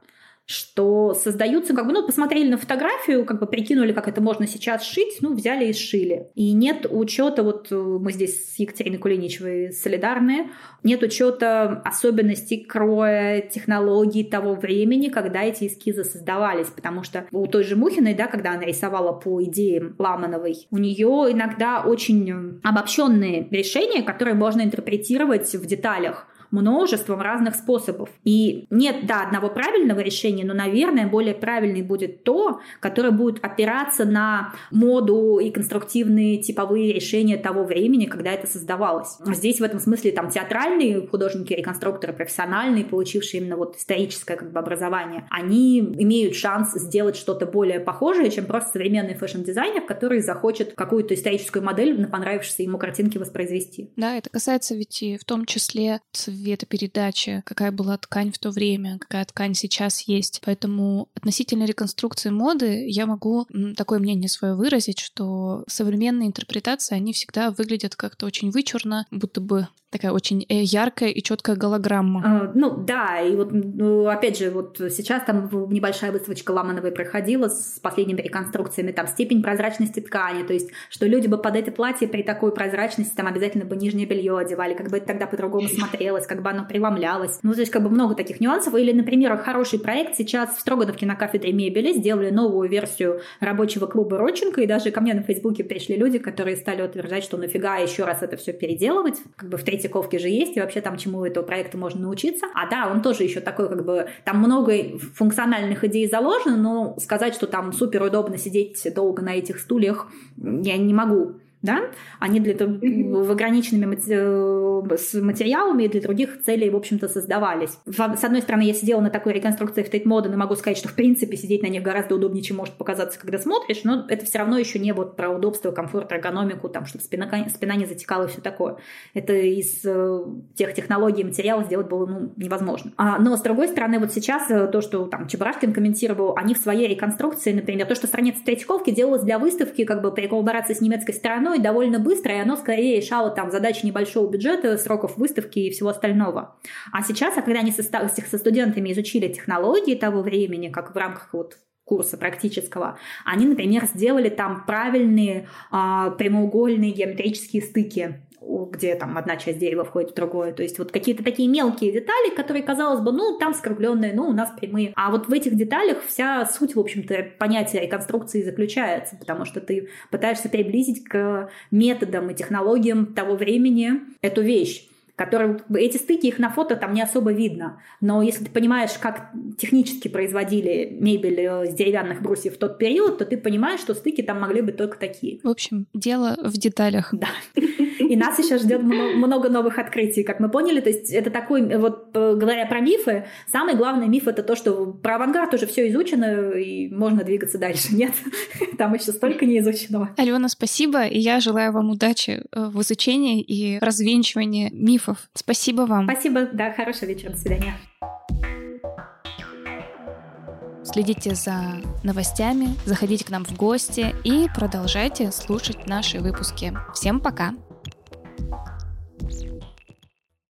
Speaker 2: что создаются, как бы, посмотрели на фотографию, как бы прикинули, как это можно сейчас сшить, взяли и сшили. И нет учета, вот мы здесь с Екатериной Кулиничевой солидарны, нет учета особенностей кроя, технологий того времени, когда эти эскизы создавались, потому что у той же Мухиной, да, когда она рисовала по идеям Ламановой, у нее иногда очень обобщенные решения, которые можно интерпретировать в деталях. множеством разных способов. И нет, да, одного правильного решения, но, наверное, более правильный будет то, которое будет опираться на моду и конструктивные типовые решения того времени, когда это создавалось. Здесь в этом смысле там театральные художники, реконструкторы, профессиональные, получившие именно вот историческое как бы образование, они имеют шанс сделать что-то более похожее, чем просто современный фэшн-дизайнер, который захочет какую-то историческую модель на понравившейся ему картинке воспроизвести.
Speaker 1: Да, это касается ведь и в том числе цветопередачи, какая была ткань в то время, какая ткань сейчас есть. Поэтому относительно реконструкции моды я могу такое мнение свое выразить, что современные интерпретации, они всегда выглядят как-то очень вычурно, будто бы такая очень яркая и четкая голограмма.
Speaker 2: Ну да, и вот опять же, вот сейчас там небольшая выставочка Ламановой проходила с последними реконструкциями, там степень прозрачности ткани, то есть что люди бы под это платье при такой прозрачности там обязательно бы нижнее белье одевали, как бы это тогда по-другому смотрелось, как бы оно преломлялось. Ну, то есть как бы много таких нюансов. Или, например, хороший проект сейчас в Строгановке на кафедре мебели сделали новую версию рабочего клуба Родченко, и даже ко мне на Фейсбуке пришли люди, которые стали утверждать, что нафига еще раз это все переделывать, как бы в Третьяковке же есть, и вообще там чему этого проекта можно научиться. А да, он тоже еще такой, как бы, там много функциональных идей заложено, но сказать, что там супер удобно сидеть долго на этих стульях, я не могу. Да? Они для того, в ограниченными с материалами и для других целей, в общем-то, создавались. С одной стороны, я сидела на такой реконструкции в Тейт-Модерн и могу сказать, что, в принципе, сидеть на них гораздо удобнее, чем может показаться, когда смотришь, но это все равно еще не вот про удобство, комфорт, эргономику, там, чтобы спина не затекала и все такое. Это из тех технологий и материалов сделать было невозможно. Но, с другой стороны, вот сейчас то, что там Чебурашкин комментировал, они в своей реконструкции, например, то, что страница Третьяковки делалась для выставки, как бы при коллаборации с немецкой стороной, довольно быстро, и оно скорее решало там задачи небольшого бюджета, сроков выставки и всего остального. А сейчас, когда они со студентами изучили технологии того времени, как в рамках вот курса практического, они, например, сделали там правильные прямоугольные геометрические стыки, где там одна часть дерева входит в другое. То есть вот какие-то такие мелкие детали, которые, казалось бы, там скругленные, у нас прямые. А вот в этих деталях вся суть, в общем-то, понятия реконструкции заключается, потому что ты пытаешься приблизить к методам и технологиям того времени эту вещь, которые, эти стыки, их на фото там не особо видно. Но если ты понимаешь, как технически производили мебель с деревянных брусьев в тот период, то ты понимаешь, что стыки там могли быть только такие.
Speaker 1: В общем, дело в деталях.
Speaker 2: Да. И нас еще ждет много новых открытий, как мы поняли. То есть это такой, вот говоря про мифы, самый главный миф — это то, что про авангард уже все изучено, и можно двигаться дальше. Нет, там еще столько неизученного.
Speaker 1: Алена, спасибо, и я желаю вам удачи в изучении и развенчивании мифов. Спасибо вам.
Speaker 2: Спасибо, да, хорошего вечера, до свидания.
Speaker 1: Следите за новостями, заходите к нам в гости и продолжайте слушать наши выпуски. Всем пока!